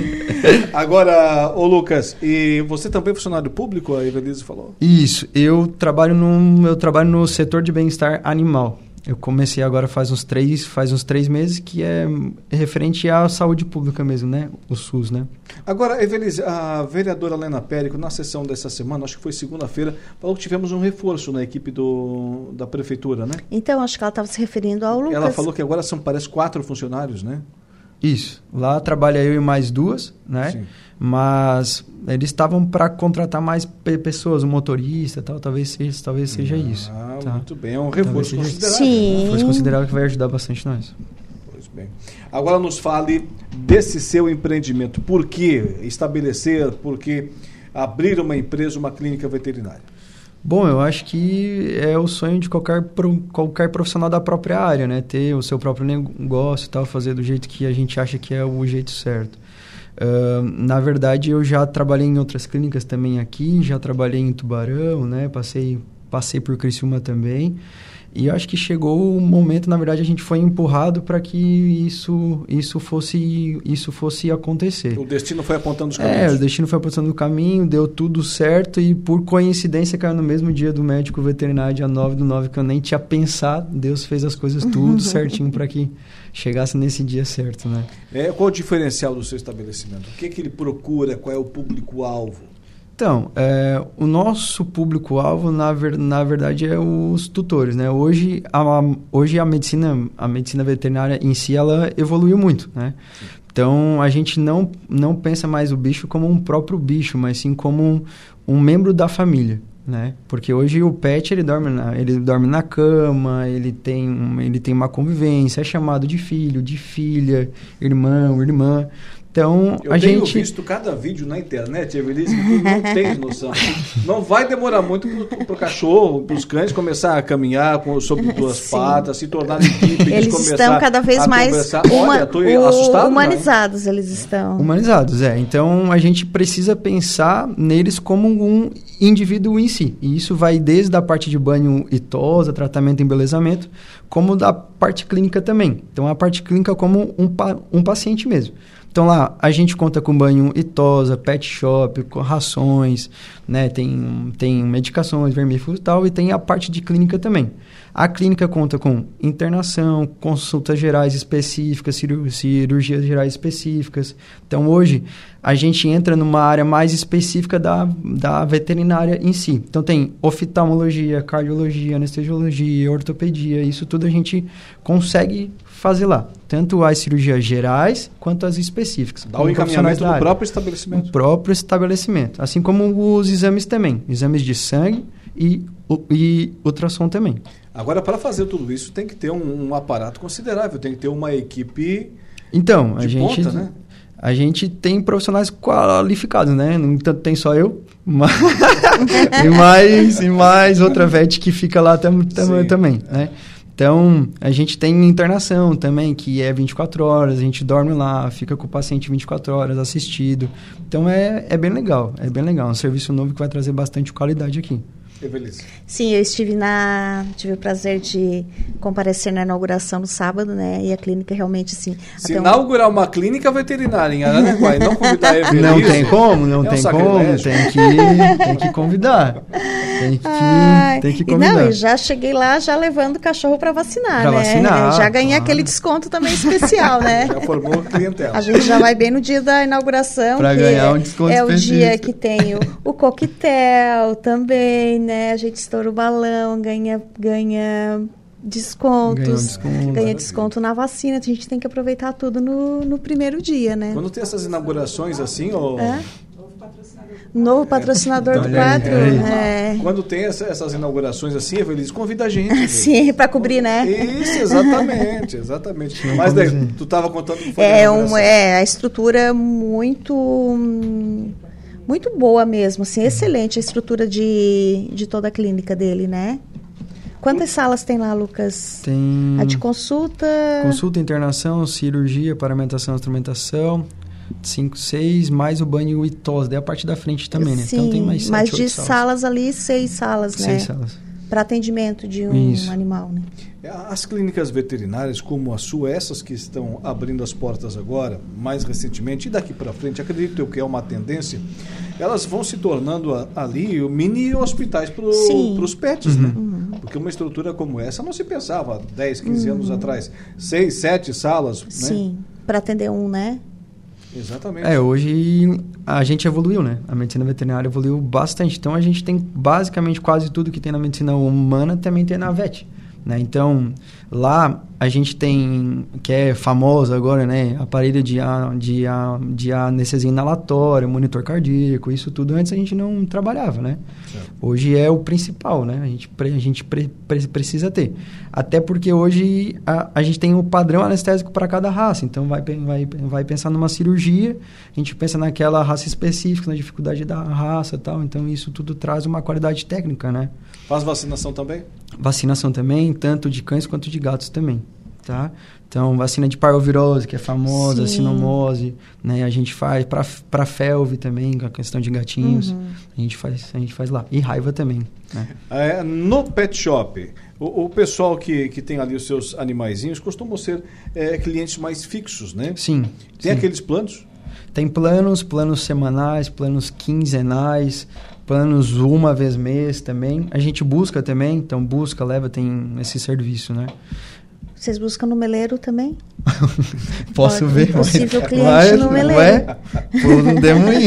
Agora, Lucas, e você também é funcionário público, a Evelise falou? Isso, eu trabalho no setor de bem-estar animal. Eu comecei agora faz uns 3 meses, que é referente à saúde pública mesmo, né? O SUS, né? Agora, Evelise, a vereadora Lena Périco, na sessão dessa semana, acho que foi segunda-feira, falou que tivemos um reforço na equipe da prefeitura, né? Então, acho que ela estava se referindo ao Lucas. Ela falou que agora parece 4 funcionários, né? Isso. Lá trabalha eu e mais 2, né? Sim. Mas eles estavam para contratar mais pessoas, um motorista e tal, talvez seja isso. Tá? Muito bem, é um reforço considerável. Sim. Um reforço considerável que vai ajudar bastante nós. Pois bem. Agora nos fale desse seu empreendimento. Por que estabelecer, por que abrir uma empresa, uma clínica veterinária? Bom, eu acho que é o sonho de qualquer profissional da própria área, né? Ter o seu próprio negócio e tal, fazer do jeito que a gente acha que é o jeito certo. Na verdade, eu já trabalhei em outras clínicas também aqui, já trabalhei em Tubarão, né? Passei por Criciúma também. E eu acho que chegou o momento, na verdade, a gente foi empurrado para que isso fosse acontecer. O destino foi apontando os caminhos. O destino foi apontando o caminho, deu tudo certo e, por coincidência, caiu no mesmo dia do médico veterinário, dia 9/9, que eu nem tinha pensado. Deus fez as coisas tudo certinho para que chegasse nesse dia certo, né? Qual o diferencial do seu estabelecimento? O que ele procura? Qual é o público-alvo? Então, o nosso público-alvo, na verdade, é os tutores, né? Hoje a medicina veterinária em si, ela evoluiu muito, né? Então, a gente não pensa mais o bicho como um próprio bicho, mas sim como um membro da família, né? Porque hoje o pet, ele dorme na cama, ele tem uma convivência, é chamado de filho, de filha, irmão, irmã. Então, eu tenho visto cada vídeo na internet, Evelise, que tu não tem noção. Não vai demorar muito pro cachorro, pros cães começar a caminhar sobre duas patas, se tornar equipe. Eles estão cada vez mais humanizados, eles estão. Humanizados, Então, a gente precisa pensar neles como um indivíduo em si. E isso vai desde a parte de banho e tosa, tratamento e embelezamento, como da parte clínica também. Então, a parte clínica como um paciente mesmo. Então lá a gente conta com banho e tosa, pet shop, com rações, né? Tem medicações, vermífugos e tal, e tem a parte de clínica também. A clínica conta com internação, consultas gerais específicas, cirurgias gerais específicas. Então hoje a gente entra numa área mais específica da veterinária em si. Então tem oftalmologia, cardiologia, anestesiologia, ortopedia, isso tudo a gente consegue fazer lá. Tanto as cirurgias gerais quanto as específicas. Dá o encaminhamento do próprio estabelecimento. O próprio estabelecimento. Assim como os exames também. Exames de sangue e ultrassom também. Agora, para fazer tudo isso, tem que ter um aparato considerável. Tem que ter uma equipe então, de ponta, né? A gente tem profissionais qualificados, né? No entanto, tem só eu. e mais outra vet que fica lá também, né? Então, a gente tem internação também, que é 24 horas, a gente dorme lá, fica com o paciente 24 horas assistido. Então, é bem legal, é um serviço novo que vai trazer bastante qualidade aqui. Sim, eu tive o prazer de comparecer na inauguração no sábado, né? E a clínica realmente, assim... Se inaugurar uma clínica veterinária em Araraquara e não convidar a Evelise... Não tem como, tem que convidar. Tem que convidar. Não, e já cheguei lá já levando o cachorro para vacinar, né? Já ganhei aquele desconto também especial, né? Já formou clientela. A gente já vai bem no dia da inauguração, para ganhar um desconto específico. O dia que tem o coquetel também, né? A gente estoura o balão, ganha descontos, ganha desconto na vacina. A gente tem que aproveitar tudo no primeiro dia, né? Quando tem essas inaugurações assim, Novo patrocinador do quadro. Quando tem essas inaugurações assim, eles convidam a gente. Sim, para cobrir, né? Isso, exatamente. Mas daí, tu estava contando que foi a estrutura muito boa mesmo, assim, excelente a estrutura de toda a clínica dele, né? Quantas salas tem lá, Lucas? Tem... A de consulta... Consulta, internação, cirurgia, paramentação, instrumentação, 5, 6, mais o banho e tosa, daí a parte da frente também, né? Sim, então tem mais 7, mas 8 de salas. salas ali, 6 salas, né? 6 salas. Para atendimento de um animal, né? As clínicas veterinárias como a sua, essas que estão abrindo as portas agora, mais recentemente, e daqui para frente, acredito eu que é uma tendência, elas vão se tornando ali mini hospitais para os pets, né? Porque uma estrutura como essa não se pensava 10, 15 anos atrás. 6, 7 salas, né? Sim, para atender né? Exatamente. Hoje a gente evoluiu, né? A medicina veterinária evoluiu bastante. Então, a gente tem basicamente quase tudo que tem na medicina humana também tem na vet, né? Então, lá a gente tem, que é famosa agora, né? Aparelho de anestesia inalatória, monitor cardíaco, isso tudo antes a gente não trabalhava, né? Certo. Hoje é o principal, né? A gente precisa ter. Até porque hoje a gente tem o padrão anestésico para cada raça. Então, vai pensar numa cirurgia, a gente pensa naquela raça específica, na dificuldade da raça e tal. Então, isso tudo traz uma qualidade técnica, né? Faz vacinação também? Vacinação também, tanto de cães quanto de gatos também, tá? Então, vacina de parvovirose, que é famosa, sinomose, né? A gente faz para felve também, com a questão de gatinhos, a gente faz lá. E raiva também, né? No pet shop, o pessoal que tem ali os seus animaizinhos costumam ser clientes mais fixos, né? Sim. Tem aqueles planos? Tem planos semanais, planos quinzenais, planos uma vez mês também. A gente busca também, então leva, tem esse serviço, né? Vocês buscam no meleiro também? Posso ver? Possível cliente no meleiro. Não demos ir.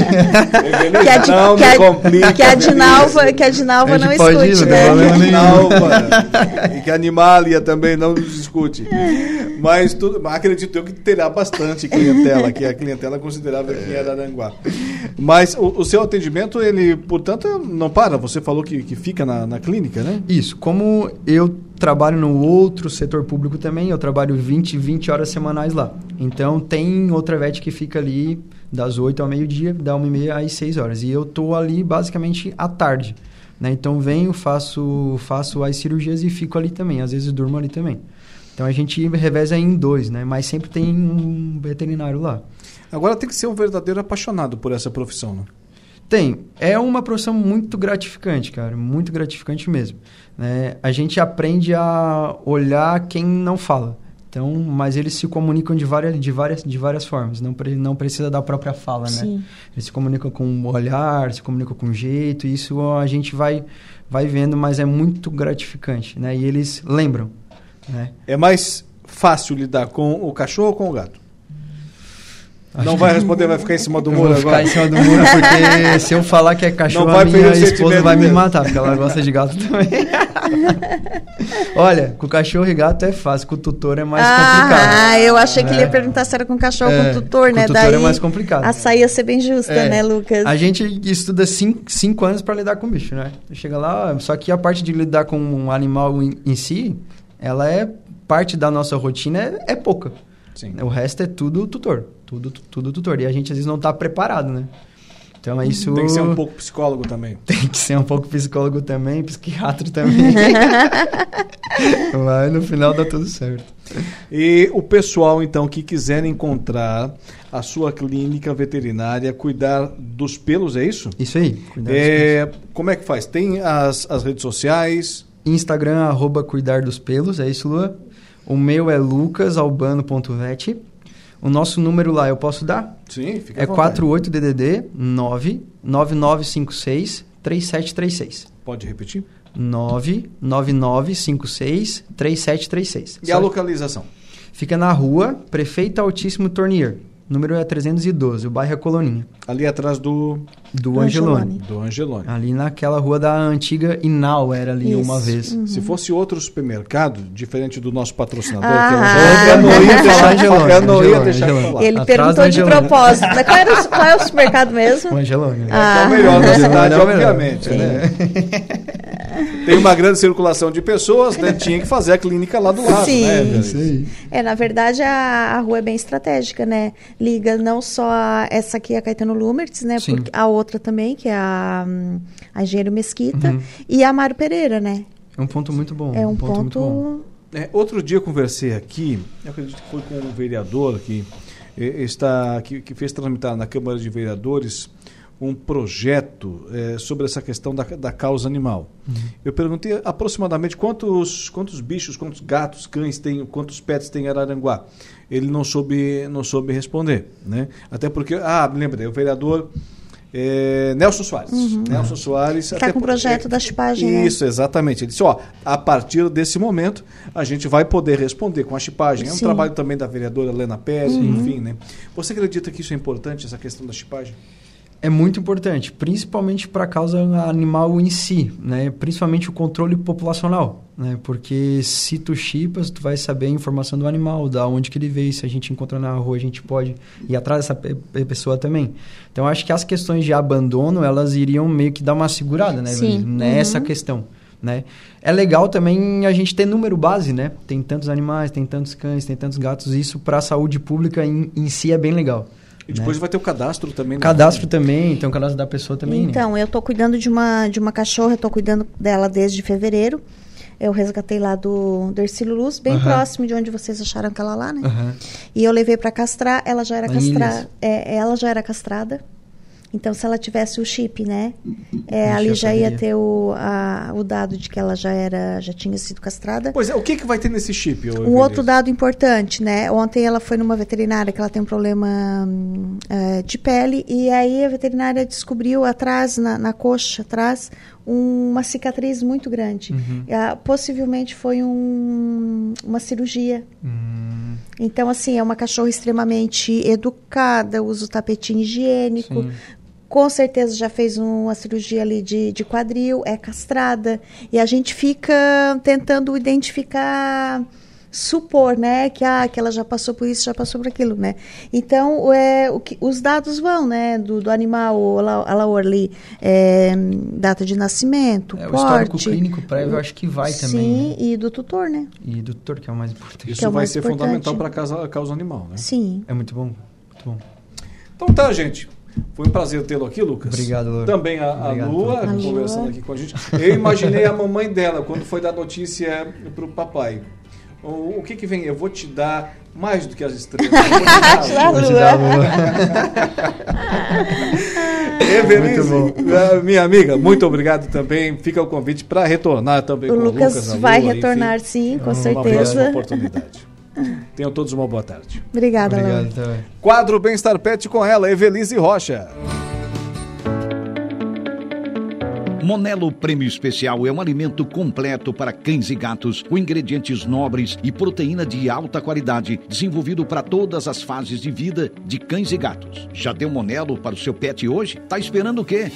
Que a Dinalva não escute, né? E que a Animalia também não nos escute. Mas acredito eu que terá bastante clientela, que a clientela considerável aqui em Araranguá. Mas o seu atendimento, ele, portanto, não para? Você falou que fica na clínica, né? Isso. Como eu trabalho no outro setor público também, eu trabalho 20 horas semanais lá. Então, tem outra vet que fica ali das 8 ao meio-dia, da 1h30 às 6 horas. E eu tô ali basicamente à tarde. Né? Então, venho, faço as cirurgias e fico ali também. Às vezes, durmo ali também. Então, a gente reveza em 2, né? Mas sempre tem um veterinário lá. Agora, tem que ser um verdadeiro apaixonado por essa profissão, né? Tem. É uma profissão muito gratificante, cara. Muito gratificante mesmo. Né? A gente aprende a olhar quem não fala. Então, mas eles se comunicam de várias formas. Não precisa da própria fala, né? Sim. Eles se comunicam com o olhar, se comunicam com o jeito. Isso a gente vai vendo, mas é muito gratificante, né? E eles lembram, né? É mais fácil lidar com o cachorro ou com o gato? Não vai responder, vai ficar em cima do muro agora? Vou ficar em cima do muro, porque se eu falar que é cachorro, a minha esposa vai me matar, porque ela gosta de gato também. Olha, com cachorro e gato é fácil, com o tutor é mais complicado. Ah, eu achei que ele ia perguntar se era com cachorro ou com tutor, né? Com tutor é mais complicado. A saída ia ser bem justa, né, Lucas? A gente estuda 5 anos para lidar com o bicho, né? Chega lá, só que a parte de lidar com um animal em si, ela é parte da nossa rotina, é pouca. Sim. O resto é tudo tutor. Tudo tutor. E a gente às vezes não está preparado, né? Então é isso. Tem que ser um pouco psicólogo também. Tem que ser um pouco psicólogo também, psiquiatra também. Mas no final dá tudo certo. E o pessoal, então, que quiser encontrar a sua clínica veterinária, cuidar dos pelos, é isso? Isso aí. Cuidar dos pelos. Como é que faz? Tem as redes sociais? Instagram, @cuidar dos pelos, é isso, Lua? O meu é lucasalbano.vet. O nosso número lá eu posso dar? Sim, fica à vontade. 48DDD 99956-3736. Pode repetir? 99956-3736. E a localização? Fica na rua Prefeito Altíssimo Tornier. O número é 312, o bairro é Coloninha. Ali atrás do Angelone. Do Angelone. Ali naquela rua da antiga Inal, era ali uma vez. Uhum. Se fosse outro supermercado, diferente do nosso patrocinador, eu não ia deixar falar. Ele perguntou de propósito. Mas qual é o supermercado mesmo? O Angelone. É o melhor da cidade, obviamente. Né? Tem uma grande circulação de pessoas, né? Tinha que fazer a clínica lá do lado. Sim. Né? Sim. Na verdade, a rua é bem estratégica, né? Liga não só essa aqui, a Caetano Lumertz, né? Porque a outra também, que é a Engenheiro Mesquita, e a Mário Pereira, né? É um ponto muito bom. É um ponto muito bom. Outro dia eu conversei aqui, eu acredito que foi com um vereador que fez tramitar na Câmara de Vereadores um projeto sobre essa questão da causa animal. Eu perguntei aproximadamente quantos bichos, quantos gatos, cães tem, quantos pets tem em Araranguá. Ele não soube responder, né? Até porque, me lembrei, o vereador Nelson Soares. Nelson Soares. Está com o projeto da chipagem. Isso, exatamente. Ele disse, a partir desse momento, a gente vai poder responder com a chipagem. É um trabalho também da vereadora Helena Pérez, enfim, né? Você acredita que isso é importante, essa questão da chipagem? É muito importante, principalmente para a causa animal em si, né? Principalmente o controle populacional, né? Porque se tu chipas, tu vai saber a informação do animal, da onde que ele veio, se a gente encontra na rua, a gente pode ir atrás dessa pessoa também. Então, acho que as questões de abandono, elas iriam meio que dar uma segurada, né? Sim. Nessa questão, né? É legal também a gente ter número base, né? Tem tantos animais, tem tantos cães, tem tantos gatos, isso para a saúde pública em si é bem legal. E depois vai ter o cadastro também. Cadastro também, então o cadastro da pessoa também. Então, eu estou cuidando de uma cachorra, eu estou cuidando dela desde fevereiro. Eu resgatei lá do Ercílio Luz, bem próximo de onde vocês acharam aquela lá, né? E eu levei para castrar, ela já era castrada. Ela já era castrada. Então, se ela tivesse o chip, né? Ali já ia ter o dado de que ela já tinha sido castrada. Pois é, o que vai ter nesse chip? Um outro dado importante, né? Ontem ela foi numa veterinária que ela tem um problema de pele, e aí a veterinária descobriu atrás, na coxa, atrás, uma cicatriz muito grande. Possivelmente foi uma cirurgia. Então, assim, é uma cachorra extremamente educada, usa o tapetinho higiênico. Sim. Com certeza já fez uma cirurgia ali de quadril, é castrada. E a gente fica tentando identificar supor, né, que ela já passou por isso, já passou por aquilo, né? Então, os dados vão, né, do animal, a Laor ali, data de nascimento, porte. O histórico clínico prévio, eu acho que vai também. Sim, né? E do tutor, né? E do tutor, que é o mais importante. Isso vai ser fundamental para a causa animal, né? Sim. É muito bom, muito bom. Então tá, gente. Foi um prazer tê-lo aqui, Lucas. Obrigado, Lua. Também a Lua, conversando aqui com a gente. Eu imaginei a mamãe dela, quando foi dar notícia para o papai. O que vem? Eu vou te dar mais do que as estrelas. Eu vou te dar a Lua. Evelise, minha amiga, muito obrigado também. Fica o convite para retornar também com o Lucas. O Lucas vai retornar, sim, com certeza. Uma próxima oportunidade. Tenham todos uma boa tarde. Obrigada, Laura. Quadro Bem-Estar Pet com ela, Evelise Rocha. Monelo Prêmio Especial é um alimento completo para cães e gatos, com ingredientes nobres e proteína de alta qualidade, desenvolvido para todas as fases de vida de cães e gatos. Já deu Monelo para o seu pet hoje? Tá esperando o quê?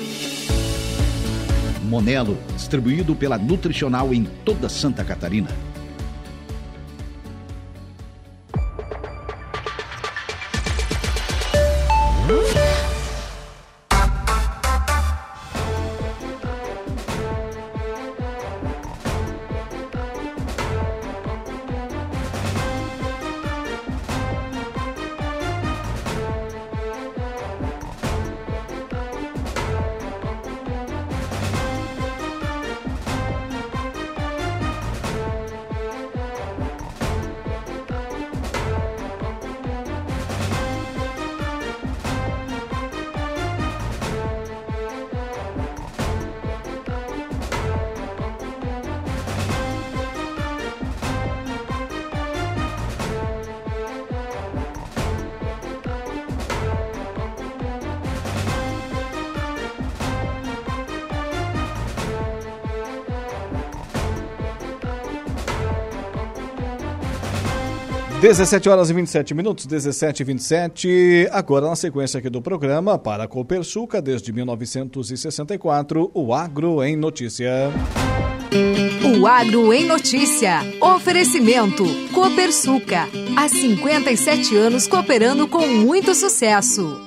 Monelo, distribuído pela Nutricional em toda Santa Catarina. Às 17h27, 17h27, agora na sequência aqui do programa, para a Copersuca, desde 1964, o Agro em Notícia. O Agro em Notícia. Oferecimento Copersuca. Há 57 anos cooperando com muito sucesso.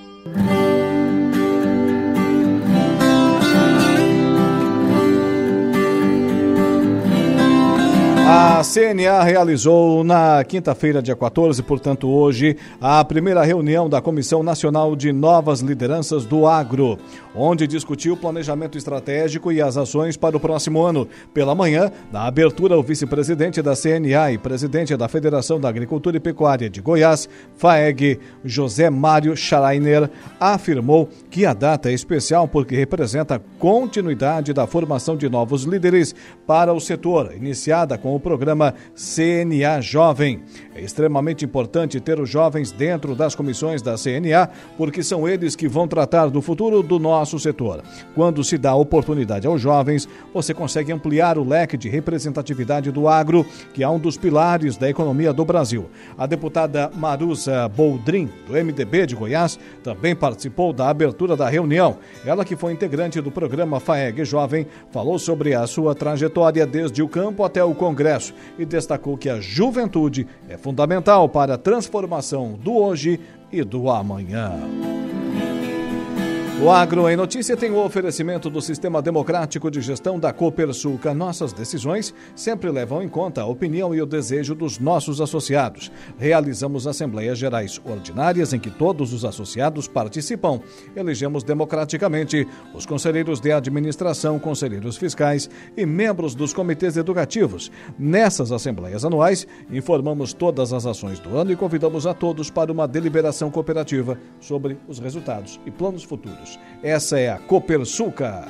A CNA realizou na quinta-feira, dia 14, portanto hoje, a primeira reunião da Comissão Nacional de Novas Lideranças do Agro, onde discutiu o planejamento estratégico e as ações para o próximo ano. Pela manhã, na abertura, o vice-presidente da CNA e presidente da Federação da Agricultura e Pecuária de Goiás, FAEG, José Mário Schreiner, afirmou que a data é especial porque representa a continuidade da formação de novos líderes para o setor, iniciada com o programa CNA Jovem. É extremamente importante ter os jovens dentro das comissões da CNA, porque são eles que vão tratar do futuro do nosso setor. Quando se dá oportunidade aos jovens, você consegue ampliar o leque de representatividade do agro, que é um dos pilares da economia do Brasil. A deputada Marusa Boldrin, do MDB de Goiás, também participou da abertura da reunião. Ela, que foi integrante do programa FAEG Jovem, falou sobre a sua trajetória desde o campo até o Congresso e destacou que a juventude é fundamental para a transformação do hoje e do amanhã. O Agro em Notícia tem o oferecimento do Sistema Democrático de Gestão da Copersuca. Nossas decisões sempre levam em conta a opinião e o desejo dos nossos associados. Realizamos assembleias gerais ordinárias em que todos os associados participam. Elegemos democraticamente os conselheiros de administração, conselheiros fiscais e membros dos comitês educativos. Nessas assembleias anuais, informamos todas as ações do ano e convidamos a todos para uma deliberação cooperativa sobre os resultados e planos futuros. Essa é a Copersuca.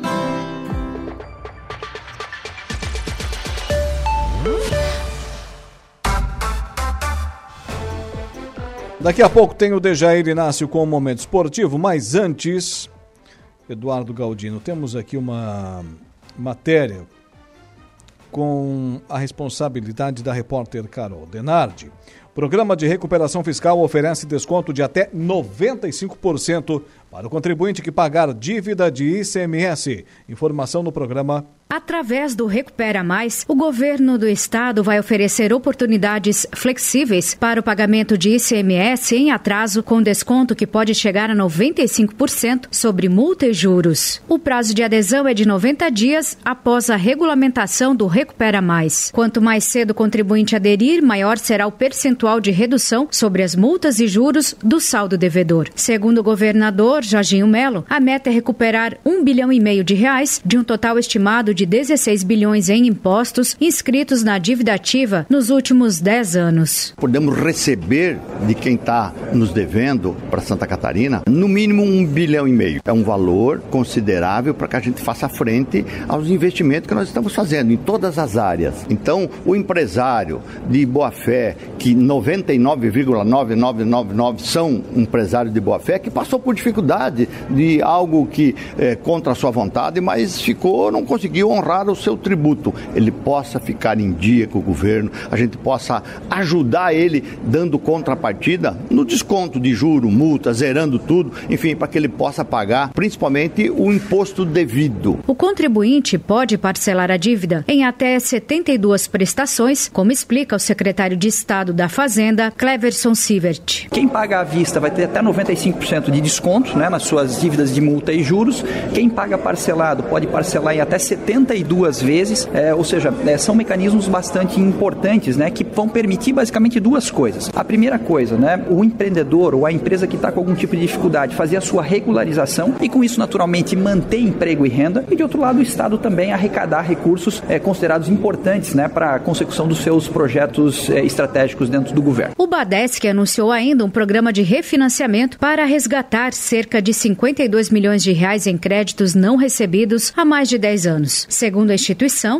Daqui a pouco tem o Dejair Inácio com o Momento Esportivo, mas antes, Eduardo Galdino, temos aqui uma matéria com a responsabilidade da repórter Carol Denardi, Programa de recuperação fiscal oferece desconto de até 95% para o contribuinte que pagar dívida de ICMS. Informação no programa. Através do Recupera Mais, o governo do estado vai oferecer oportunidades flexíveis para o pagamento de ICMS em atraso, com desconto que pode chegar a 95% sobre multa e juros. O prazo de adesão é de 90 dias após a regulamentação do Recupera Mais. Quanto mais cedo o contribuinte aderir, maior será o percentual de redução sobre as multas e juros do saldo devedor. Segundo o governador Jorginho Melo, a meta é recuperar R$1,5 bilhão de um total estimado de 16 bilhões em impostos inscritos na dívida ativa nos últimos 10 anos. Podemos receber de quem está nos devendo para Santa Catarina, no mínimo R$1,5 bilhão. É um valor considerável para que a gente faça frente aos investimentos que nós estamos fazendo em todas as áreas. Então, o empresário de boa-fé, que 99,9999 são empresários de boa-fé, que passou por dificuldade de algo que é contra a sua vontade, mas não conseguiu honrar o seu tributo, ele possa ficar em dia com o governo, a gente possa ajudar ele dando contrapartida no desconto de juro, multa, zerando tudo, enfim, para que ele possa pagar principalmente o imposto devido. O contribuinte pode parcelar a dívida em até 72 prestações, como explica o secretário de Estado da Fazenda, Cleverson Sievert. Quem paga à vista vai ter até 95% de desconto, nas suas dívidas de multa e juros. Quem paga parcelado pode parcelar em até 72 vezes, ou seja, são mecanismos bastante importantes, que vão permitir basicamente duas coisas. A primeira coisa, o empreendedor ou a empresa que está com algum tipo de dificuldade fazer a sua regularização e com isso naturalmente manter emprego e renda, e de outro lado o Estado também arrecadar recursos considerados importantes para a consecução dos seus projetos estratégicos dentro do governo. O Badesc anunciou ainda um programa de refinanciamento para resgatar cerca de R$52 milhões em créditos não recebidos há mais de 10 anos. Segundo a instituição,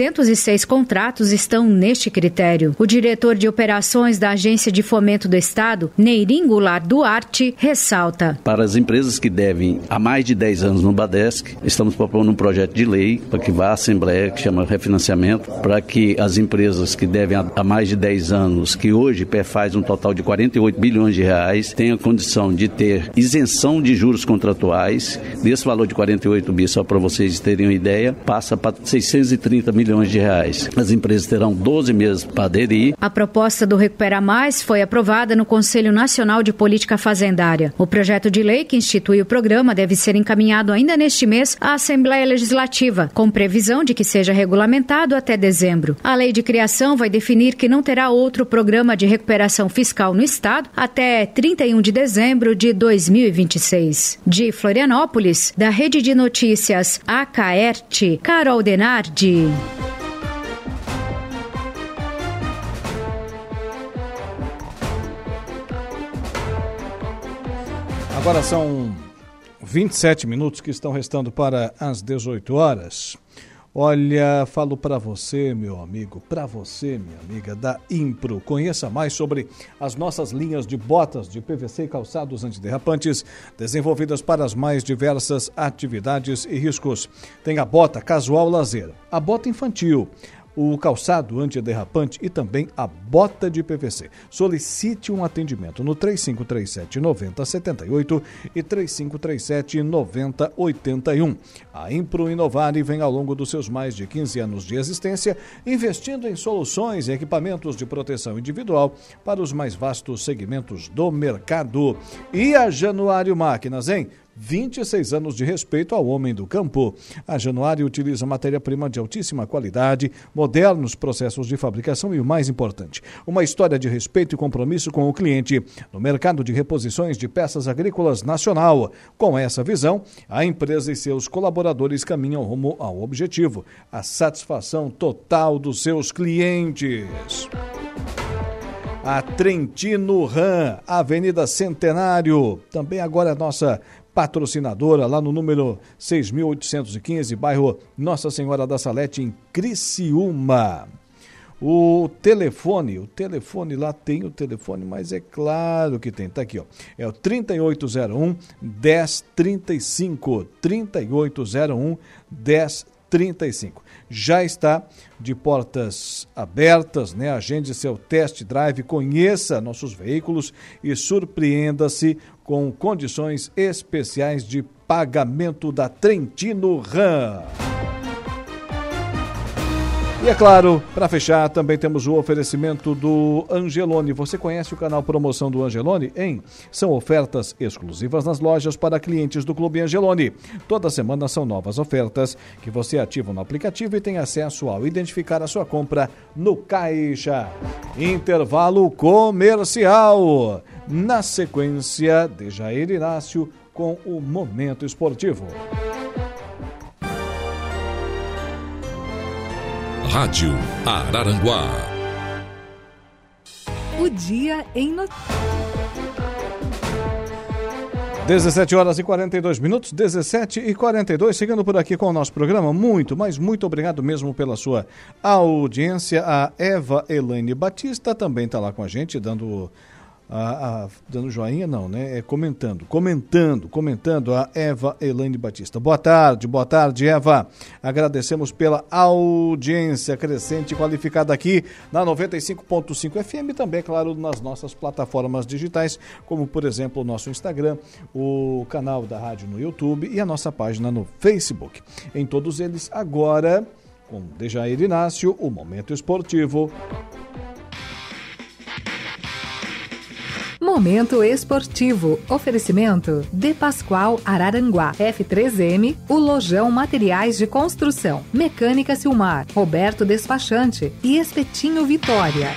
606 contratos estão neste critério. O diretor de operações da Agência de Fomento do Estado, Neirim Goulart Duarte, ressalta. Para as empresas que devem há mais de 10 anos no Badesc, estamos propondo um projeto de lei para que vá à Assembleia, que chama refinanciamento, para que as empresas que devem há mais de 10 anos, que hoje faz um total de R$48 bilhões, tenham condição de ter isenção de juros contratuais. Desse valor de 48 bi, só para vocês terem uma ideia, passa para R$630 milhões. As empresas terão 12 meses para aderir. A proposta do Recupera Mais foi aprovada no Conselho Nacional de Política Fazendária. O projeto de lei que institui o programa deve ser encaminhado ainda neste mês à Assembleia Legislativa, com previsão de que seja regulamentado até dezembro. A lei de criação vai definir que não terá outro programa de recuperação fiscal no Estado até 31 de dezembro de 2026. De Florianópolis, da Rede de Notícias AKERT, Carol Denardi. Agora são 27 minutos que estão restando para as 18 horas. Olha, falo para você, meu amigo, para você, minha amiga, da Impro. Conheça mais sobre as nossas linhas de botas de PVC e calçados antiderrapantes, desenvolvidas para as mais diversas atividades e riscos. Tem a bota casual lazer, a bota infantil, o calçado antiderrapante e também a bota de PVC. Solicite um atendimento no 3537-9078 e 3537-9081. A Impro Inovare vem ao longo dos seus mais de 15 anos de existência, investindo em soluções e equipamentos de proteção individual para os mais vastos segmentos do mercado. E a Januário Máquinas, hein? 26 anos de respeito ao homem do campo. A Januário utiliza matéria-prima de altíssima qualidade, modernos processos de fabricação e o mais importante, uma história de respeito e compromisso com o cliente no mercado de reposições de peças agrícolas nacional. Com essa visão, a empresa e seus colaboradores caminham rumo ao objetivo, a satisfação total dos seus clientes. A Trentino Ram, Avenida Centenário, também agora a nossa patrocinadora lá no número 6.815, bairro Nossa Senhora da Salete, em Criciúma. O telefone lá tem o telefone, mas é claro que tem, tá aqui, ó. É o 3801 1035, 3801 1035. 35. Já está de portas abertas, né? Agende seu test drive, conheça nossos veículos e surpreenda-se com condições especiais de pagamento da Trentino Ram. E é claro, para fechar, também temos o oferecimento do Angelone. Você conhece o canal Promoção do Angelone? São ofertas exclusivas nas lojas para clientes do Clube Angelone. Toda semana são novas ofertas que você ativa no aplicativo e tem acesso ao identificar a sua compra no caixa. Intervalo comercial. Na sequência, de Jair Inácio com o Momento Esportivo. Rádio Araranguá. O dia em notícias. 17 horas e 42 minutos, 17 e 42, seguindo por aqui com o nosso programa. Muito, mas muito obrigado mesmo pela sua audiência. A Eva Elaine Batista também está lá com a gente, dando joinha, não, né? Comentando a Eva Elaine Batista. Boa tarde, Eva. Agradecemos pela audiência crescente e qualificada aqui na 95.5 FM, também, claro, nas nossas plataformas digitais, como, por exemplo, o nosso Instagram, o canal da rádio no YouTube e a nossa página no Facebook. Em todos eles, agora, com Dejair Inácio, o Momento Esportivo. Momento Esportivo. Oferecimento De Pascoal Araranguá. F3M, o Lojão Materiais de Construção. Mecânica Silmar. Roberto Despachante e Espetinho Vitória.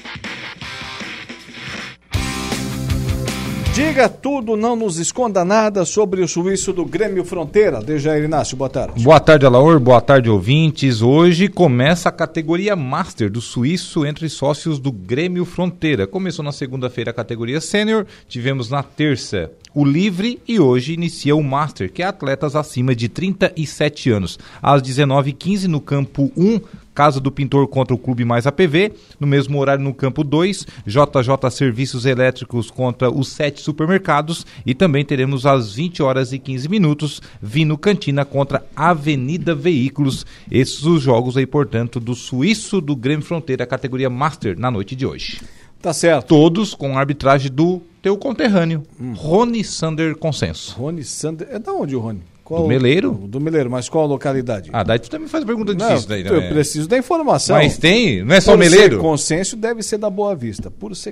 Diga tudo, não nos esconda nada sobre o suíço do Grêmio Fronteira. Dejair Inácio, boa tarde. Boa tarde, Alaor, boa tarde, ouvintes. Hoje começa a categoria Master do suíço entre sócios do Grêmio Fronteira. Começou na segunda-feira a categoria Sênior, tivemos na terça o Livre e hoje inicia o Master, que é atletas acima de 37 anos. Às 19h15 no campo 1, Casa do Pintor contra o Clube Mais APV. No mesmo horário no campo 2, JJ Serviços Elétricos contra os 7 Supermercados. E também teremos às 20 horas e 15 minutos, Vino Cantina contra Avenida Veículos. Esses os jogos aí, portanto, do suíço do Grêmio Fronteira, categoria Master, na noite de hoje. Tá certo. Todos com a arbitragem do teu conterrâneo, Rony Sander Consenso. Rony Sander, é da onde o Rony? Do Meleiro? Do Meleiro, mas qual a localidade? Daí tu também faz pergunta difícil. Daí, eu preciso da informação. Mas tem, não é só Meleiro? Por ser Consenso deve ser da Boa Vista.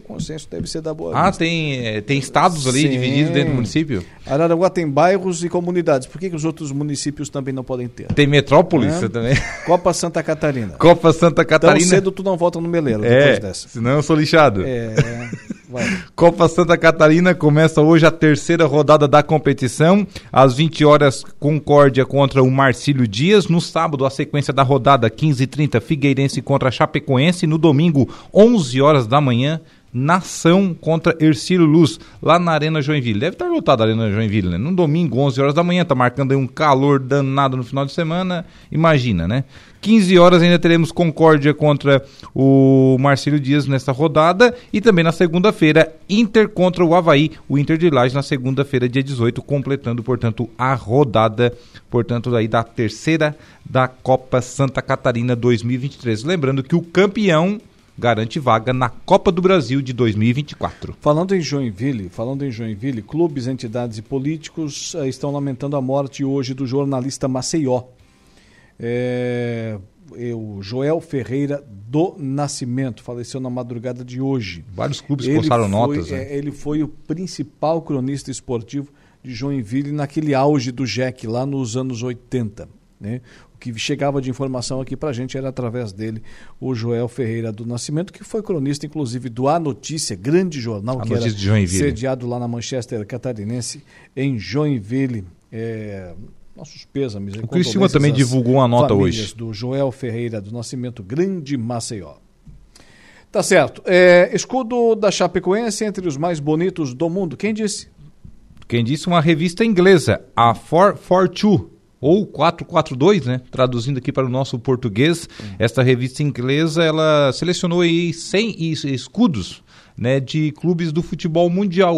Tem estados ali divididos dentro do município? Araranguá tem bairros e comunidades. Por que os outros municípios também não podem ter? Tem metrópolis também. Copa Santa Catarina. Copa Santa Catarina. Tão cedo tu não volta no Meleiro depois dessa. Senão eu sou lixado. Vai. Copa Santa Catarina começa hoje a terceira rodada da competição. Às 20 horas, Concórdia contra o Marcílio Dias. No sábado, a sequência da rodada, 15h30, Figueirense contra Chapecoense. No domingo, 11 horas da manhã, Nação contra Hercílio Luz, lá na Arena Joinville. Deve estar lotada a Arena Joinville, né? No domingo, 11 horas da manhã, tá marcando aí um calor danado no final de semana, imagina, né? 15 horas ainda teremos Concórdia contra o Marcílio Dias nessa rodada e também na segunda-feira, Inter contra o Avaí, o Inter de Lages na segunda-feira, dia 18, completando, portanto, a rodada, portanto, aí da terceira da Copa Santa Catarina 2023. Lembrando que o campeão garante vaga na Copa do Brasil de 2024. Falando em Joinville, clubes, entidades e políticos estão lamentando a morte hoje do jornalista Maceió. O Joel Ferreira do Nascimento faleceu na madrugada de hoje. Vários clubes postaram notas. Ele foi o principal cronista esportivo de Joinville naquele auge do JEC, lá nos anos 80, né? O que chegava de informação aqui pra gente era através dele, o Joel Ferreira do Nascimento, que foi cronista, inclusive, do A Notícia, grande jornal, que era sediado lá na Manchester Catarinense, em Joinville. Nossos pêsames. O Criciúma também divulgou uma nota hoje. Do Joel Ferreira do Nascimento, grande Maceió. Tá certo. Escudo da Chapecoense entre os mais bonitos do mundo. Quem disse? Quem disse? Uma revista inglesa, a 442, ou 442, né? Traduzindo aqui para o nosso português. Esta revista inglesa, ela selecionou aí 100 escudos, né, de clubes do futebol mundial.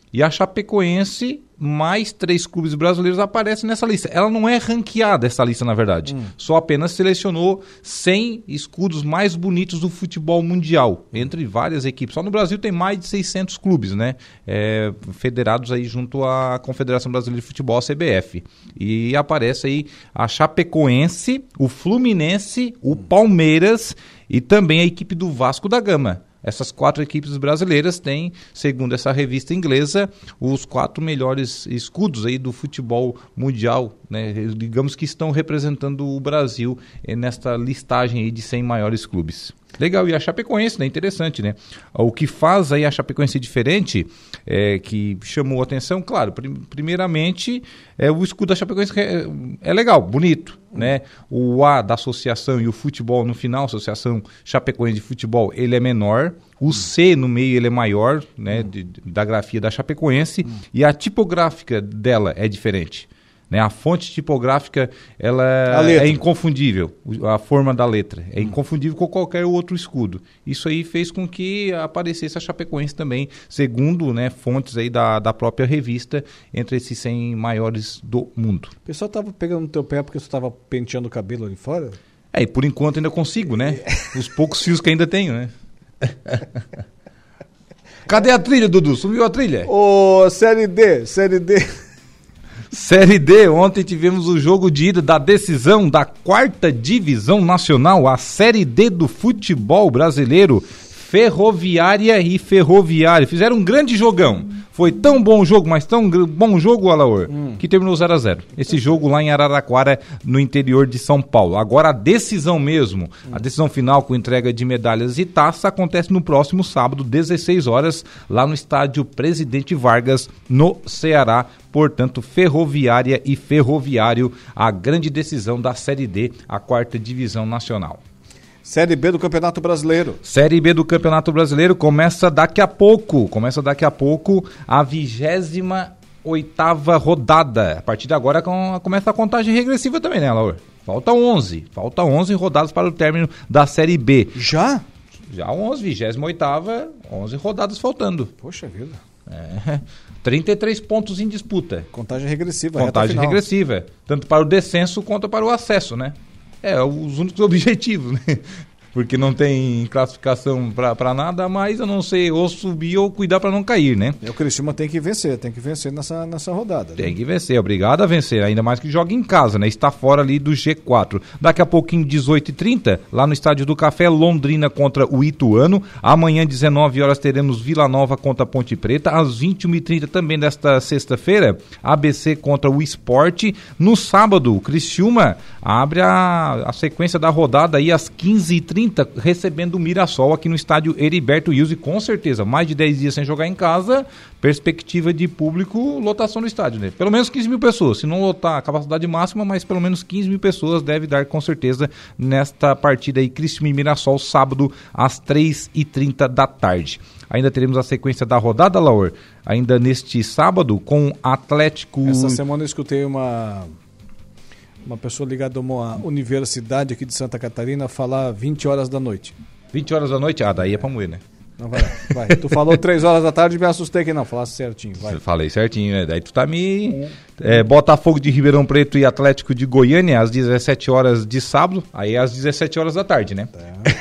E a Chapecoense, mais 3 clubes brasileiros aparecem nessa lista. Ela não é ranqueada, essa lista, na verdade. Só apenas selecionou 100 escudos mais bonitos do futebol mundial, entre várias equipes. Só no Brasil tem mais de 600 clubes, né? Federados aí junto à Confederação Brasileira de Futebol, a CBF. E aparece aí a Chapecoense, o Fluminense, o Palmeiras e também a equipe do Vasco da Gama. Essas 4 equipes brasileiras têm, segundo essa revista inglesa, os 4 melhores escudos aí do futebol mundial, né? Digamos que estão representando o Brasil nesta listagem aí de 100 maiores clubes. Legal, e a Chapecoense, né? Interessante, né? O que faz aí a Chapecoense diferente, que chamou a atenção, claro, primeiramente, o escudo da Chapecoense é legal, bonito, né? O A da associação e o futebol no final, Associação Chapecoense de Futebol, ele é menor. O C no meio ele é maior, né? Da grafia da Chapecoense. E a tipográfica dela é diferente. Né? A fonte tipográfica ela é inconfundível, a forma da letra é inconfundível com qualquer outro escudo. Isso aí fez com que aparecesse a Chapecoense também, segundo, né, fontes aí da própria revista, entre esses 100 maiores do mundo. O pessoal estava pegando no teu pé porque você estava penteando o cabelo ali fora? E por enquanto ainda consigo, né? Os poucos fios que ainda tenho, né? Cadê a trilha, Dudu? Sumiu a trilha? Série D. Série D, ontem tivemos o jogo de ida da decisão da 4ª Divisão Nacional, a Série D do futebol brasileiro. Ferroviária e Ferroviário fizeram um grande jogão. Foi tão bom o jogo, mas tão bom o jogo, Alaor, que terminou 0-0. Esse jogo lá em Araraquara, no interior de São Paulo. Agora a decisão mesmo, a decisão final com entrega de medalhas e taça acontece no próximo sábado, 16 horas, lá no estádio Presidente Vargas, no Ceará. Portanto, Ferroviária e Ferroviário, a grande decisão da Série D, a 4ª Divisão Nacional. Série B do Campeonato Brasileiro. Série B do Campeonato Brasileiro começa daqui a pouco. A 28ª rodada. A partir de agora começa a contagem regressiva também, né, Laura? Falta 11 rodadas para o término da Série B. Já 11, 28ª, 11 rodadas faltando. Poxa vida. 33 pontos em disputa. Contagem regressiva. Contagem regressiva. Tanto para o descenso quanto para o acesso, né? Os únicos objetivos, né? Porque não tem classificação para nada, mas eu não sei, ou subir ou cuidar para não cair, né? O Criciúma tem que vencer nessa rodada. Tem que vencer, obrigado a vencer, ainda mais que joga em casa, né? Está fora ali do G4. Daqui a pouquinho, 18h30, lá no Estádio do Café, Londrina contra o Ituano. Amanhã, 19 horas, teremos Vila Nova contra a Ponte Preta. Às 21h30 também desta sexta-feira, ABC contra o Sport. No sábado, o Criciúma abre a sequência da rodada aí às 15h30, recebendo o Mirassol aqui no estádio Heriberto Wilson. Com certeza, mais de 10 dias sem jogar em casa, perspectiva de público, lotação no estádio, né? Pelo menos 15 mil pessoas, se não lotar a capacidade máxima, mas pelo menos 15 mil pessoas deve dar com certeza nesta partida aí, Criciúma e Mirassol, sábado às 3h30 da tarde. Ainda teremos a sequência da rodada, Laur, ainda neste sábado, com Atlético... Essa semana eu escutei uma pessoa ligada a uma universidade aqui de Santa Catarina falar 20 horas da noite. 20 horas da noite? Daí é pra moer, né? Não, vai. Tu falou 3 horas da tarde e me assustei que não, falasse certinho, vai. Eu falei certinho, né? Daí tu tá me... Botafogo de Ribeirão Preto e Atlético de Goiânia às 17 horas de sábado, aí às 17 horas da tarde, né?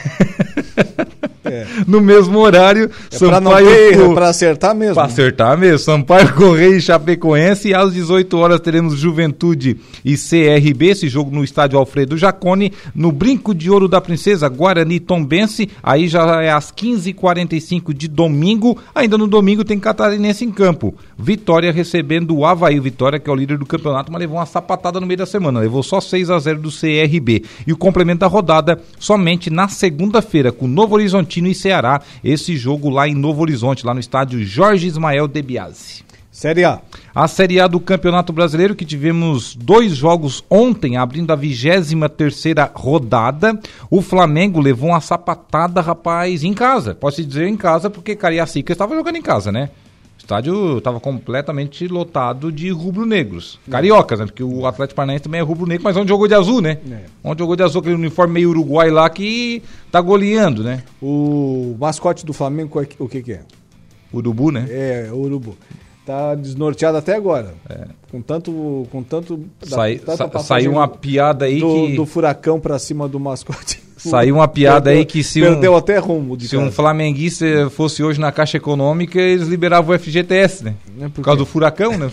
No mesmo horário, pra acertar mesmo. Pra acertar mesmo. Sampaio Correia e Chapecoense. E às 18 horas teremos Juventude e CRB. Esse jogo no estádio Alfredo Jaconi. No Brinco de Ouro da Princesa, Guarani e Tombense. Aí já é às 15h45 de domingo. Ainda no domingo tem Catarinense em campo. Vitória recebendo o Avaí. Vitória, que é o líder do campeonato, mas levou uma sapatada no meio da semana. Levou só 6-0 do CRB. E o complemento da rodada somente na segunda-feira, com Novo Horizontino e Ceará, esse jogo lá em Novo Horizonte, lá no estádio Jorge Ismael de Biasi. Série A. A Série A do Campeonato Brasileiro, que tivemos 2 jogos ontem, abrindo a 23ª rodada. O Flamengo levou uma sapatada, rapaz, em casa. Posso dizer em casa, porque Cariacica estava jogando em casa, né? O estádio estava completamente lotado de rubro-negros. Cariocas, né? Porque o Atlético Paranaense também é rubro-negro, mas onde jogou de azul, né? Onde jogou de azul, aquele uniforme meio uruguai lá que tá goleando, né? O mascote do Flamengo, o que é? Urubu, né? O urubu. Tá desnorteado até agora. Com tanto saiu uma piada aí do furacão pra cima do mascote. Saiu uma piada aí que perdeu até rumo de se casa. Um flamenguista fosse hoje na Caixa Econômica, eles liberavam o FGTS, né? Por causa do furacão, né?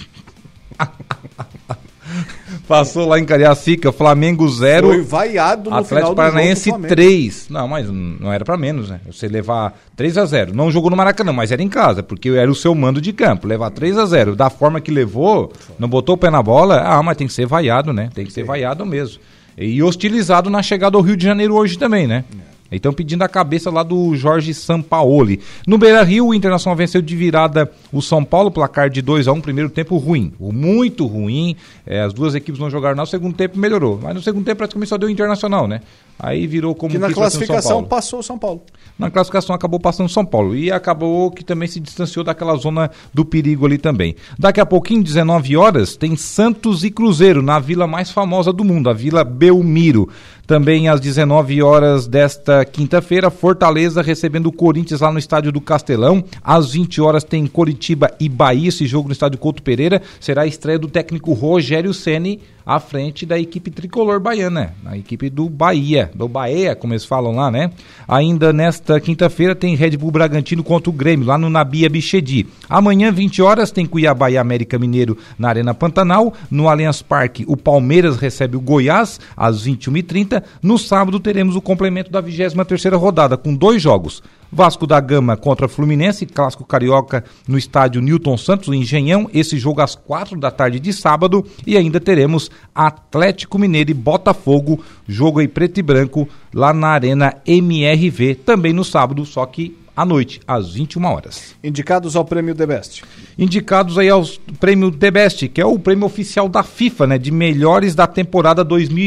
Passou lá em Cariacica, Flamengo 0. Foi vaiado no Atlético final do Paranaense jogo 3. Não, mas não era pra menos, né? Você levar 3-0. Não jogou no Maracanã, mas era em casa, porque era o seu mando de campo. Levar 3-0 da forma que levou, não botou o pé na bola, mas tem que ser vaiado, né? Tem que ser vaiado mesmo. E hostilizado na chegada ao Rio de Janeiro hoje também, né? Então pedindo a cabeça lá do Jorge Sampaoli. No Beira-Rio, o Internacional venceu de virada o São Paulo, placar de 2-1, primeiro tempo ruim, muito ruim. As duas equipes não jogaram nada, o segundo tempo melhorou. Mas no segundo tempo praticamente só deu o Internacional, né? Aí virou como que na classificação passou o São Paulo. Na classificação acabou passando o São Paulo. E acabou que também se distanciou daquela zona do perigo ali também. Daqui a pouquinho, 19 horas, tem Santos e Cruzeiro, na vila mais famosa do mundo, a Vila Belmiro. Também às 19 horas desta quinta-feira, Fortaleza recebendo o Corinthians lá no estádio do Castelão. Às 20 horas tem Coritiba e Bahia, esse jogo no estádio Couto Pereira. Será a estreia do técnico Rogério Ceni à frente da equipe tricolor baiana, a equipe do Bahia, como eles falam lá, né? Ainda nesta quinta-feira tem Red Bull Bragantino contra o Grêmio, lá no Nabi Abichedi. Amanhã, 20 horas, tem Cuiabá e América Mineiro na Arena Pantanal. No Allianz Parque, o Palmeiras recebe o Goiás, às 21h30. No sábado, teremos o complemento da 23ª rodada, com 2 jogos. Vasco da Gama contra Fluminense, clássico carioca no estádio Newton Santos, o Engenhão, esse jogo às 4h de sábado, e ainda teremos Atlético Mineiro e Botafogo, jogo aí preto e branco, lá na Arena MRV, também no sábado, só que à noite, às 21 horas. Indicados ao Prêmio The Best. Indicados aí ao Prêmio The Best, que é o prêmio oficial da FIFA, né? De melhores da temporada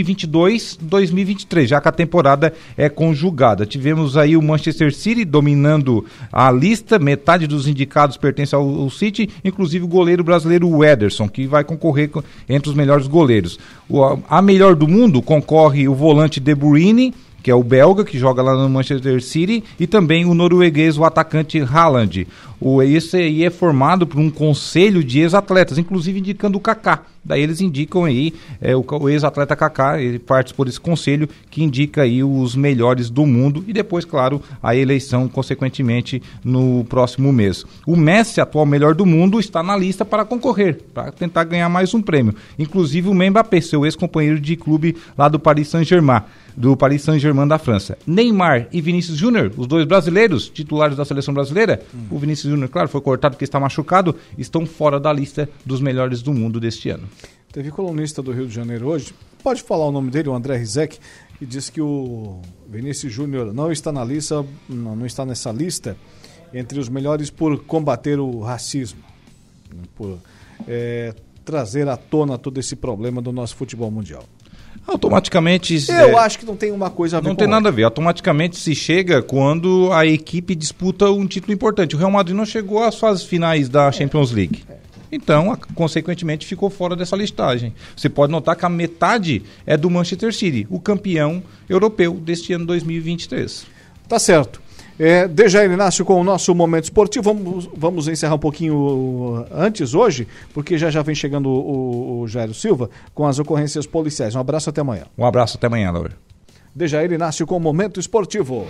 2022-2023, já que a temporada é conjugada. Tivemos aí o Manchester City dominando a lista, metade dos indicados pertence ao City, inclusive o goleiro brasileiro Ederson, que vai concorrer entre os melhores goleiros. A melhor do mundo concorre o volante De Bruyne, que é o belga, que joga lá no Manchester City, e também o norueguês, o atacante Haaland. Esse aí é formado por um conselho de ex-atletas, inclusive indicando o Kaká. Daí eles indicam aí, o ex-atleta Kaká, ele participou desse conselho que indica aí os melhores do mundo, e depois, claro, a eleição, consequentemente, no próximo mês. O Messi, atual melhor do mundo, está na lista para concorrer, para tentar ganhar mais um prêmio. Inclusive o Mbappé, seu ex-companheiro de clube lá do Paris Saint-Germain da França. Neymar e Vinícius Júnior, os dois brasileiros, titulares da seleção brasileira, o Vinícius Júnior, claro, foi cortado porque está machucado, estão fora da lista dos melhores do mundo deste ano. Teve colunista do Rio de Janeiro hoje, pode falar o nome dele, o André Rizek, que disse que o Vinícius Júnior não está na lista, não está nessa lista entre os melhores por combater o racismo, por trazer à tona todo esse problema do nosso futebol mundial. Automaticamente... Eu acho que não tem uma coisa a ver Não tem nada a ver. Automaticamente se chega quando a equipe disputa um título importante. O Real Madrid não chegou às fases finais da Champions League. Então, consequentemente, ficou fora dessa listagem. Você pode notar que a metade é do Manchester City, o campeão europeu deste ano 2023. Tá certo. Dejair Inácio com o nosso Momento Esportivo. Vamos encerrar um pouquinho antes hoje, porque já vem chegando o Jairo Silva com as ocorrências policiais. Um abraço, até amanhã. Um abraço, até amanhã, Laura. Dejair Inácio com o Momento Esportivo.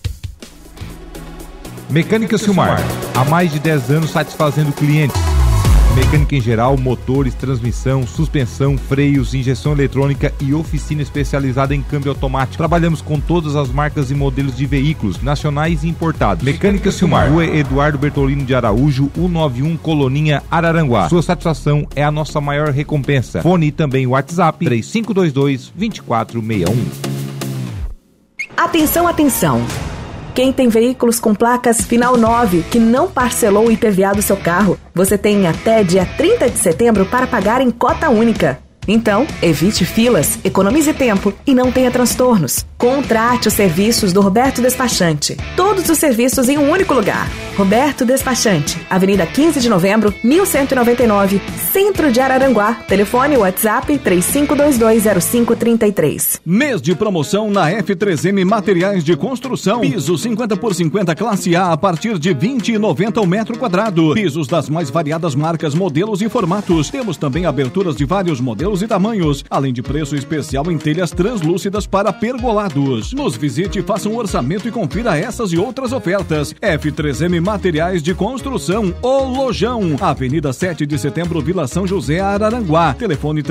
Mecânica Silmar, há mais de 10 anos satisfazendo clientes. Mecânica em geral, motores, transmissão, suspensão, freios, injeção eletrônica e oficina especializada em câmbio automático. Trabalhamos com todas as marcas e modelos de veículos, nacionais e importados. Mecânica Silmar, Rua Eduardo Bertolino de Araújo, 191, Coloninha, Araranguá. Sua satisfação é a nossa maior recompensa. Fone e também WhatsApp 3522-2461. Atenção, atenção! Quem tem veículos com placas final 9 que não parcelou o IPVA do seu carro, você tem até dia 30 de setembro para pagar em cota única. Então, evite filas, economize tempo e não tenha transtornos. Contrate os serviços do Roberto Despachante. Todos os serviços em um único lugar. Roberto Despachante, Avenida 15 de Novembro, 1199, Centro de Araranguá. Telefone WhatsApp 35220533. Mês de promoção na F3M Materiais de Construção. Piso 50x50 classe A partir de R$20,90 o metro quadrado. Pisos das mais variadas marcas, modelos e formatos. Temos também aberturas de vários modelos e tamanhos, além de preço especial em telhas translúcidas para pergolados. Nos visite, faça um orçamento e confira essas e outras ofertas. F3M Materiais de Construção, O Lojão, Avenida 7 de Setembro, Vila São José, Araranguá. Telefone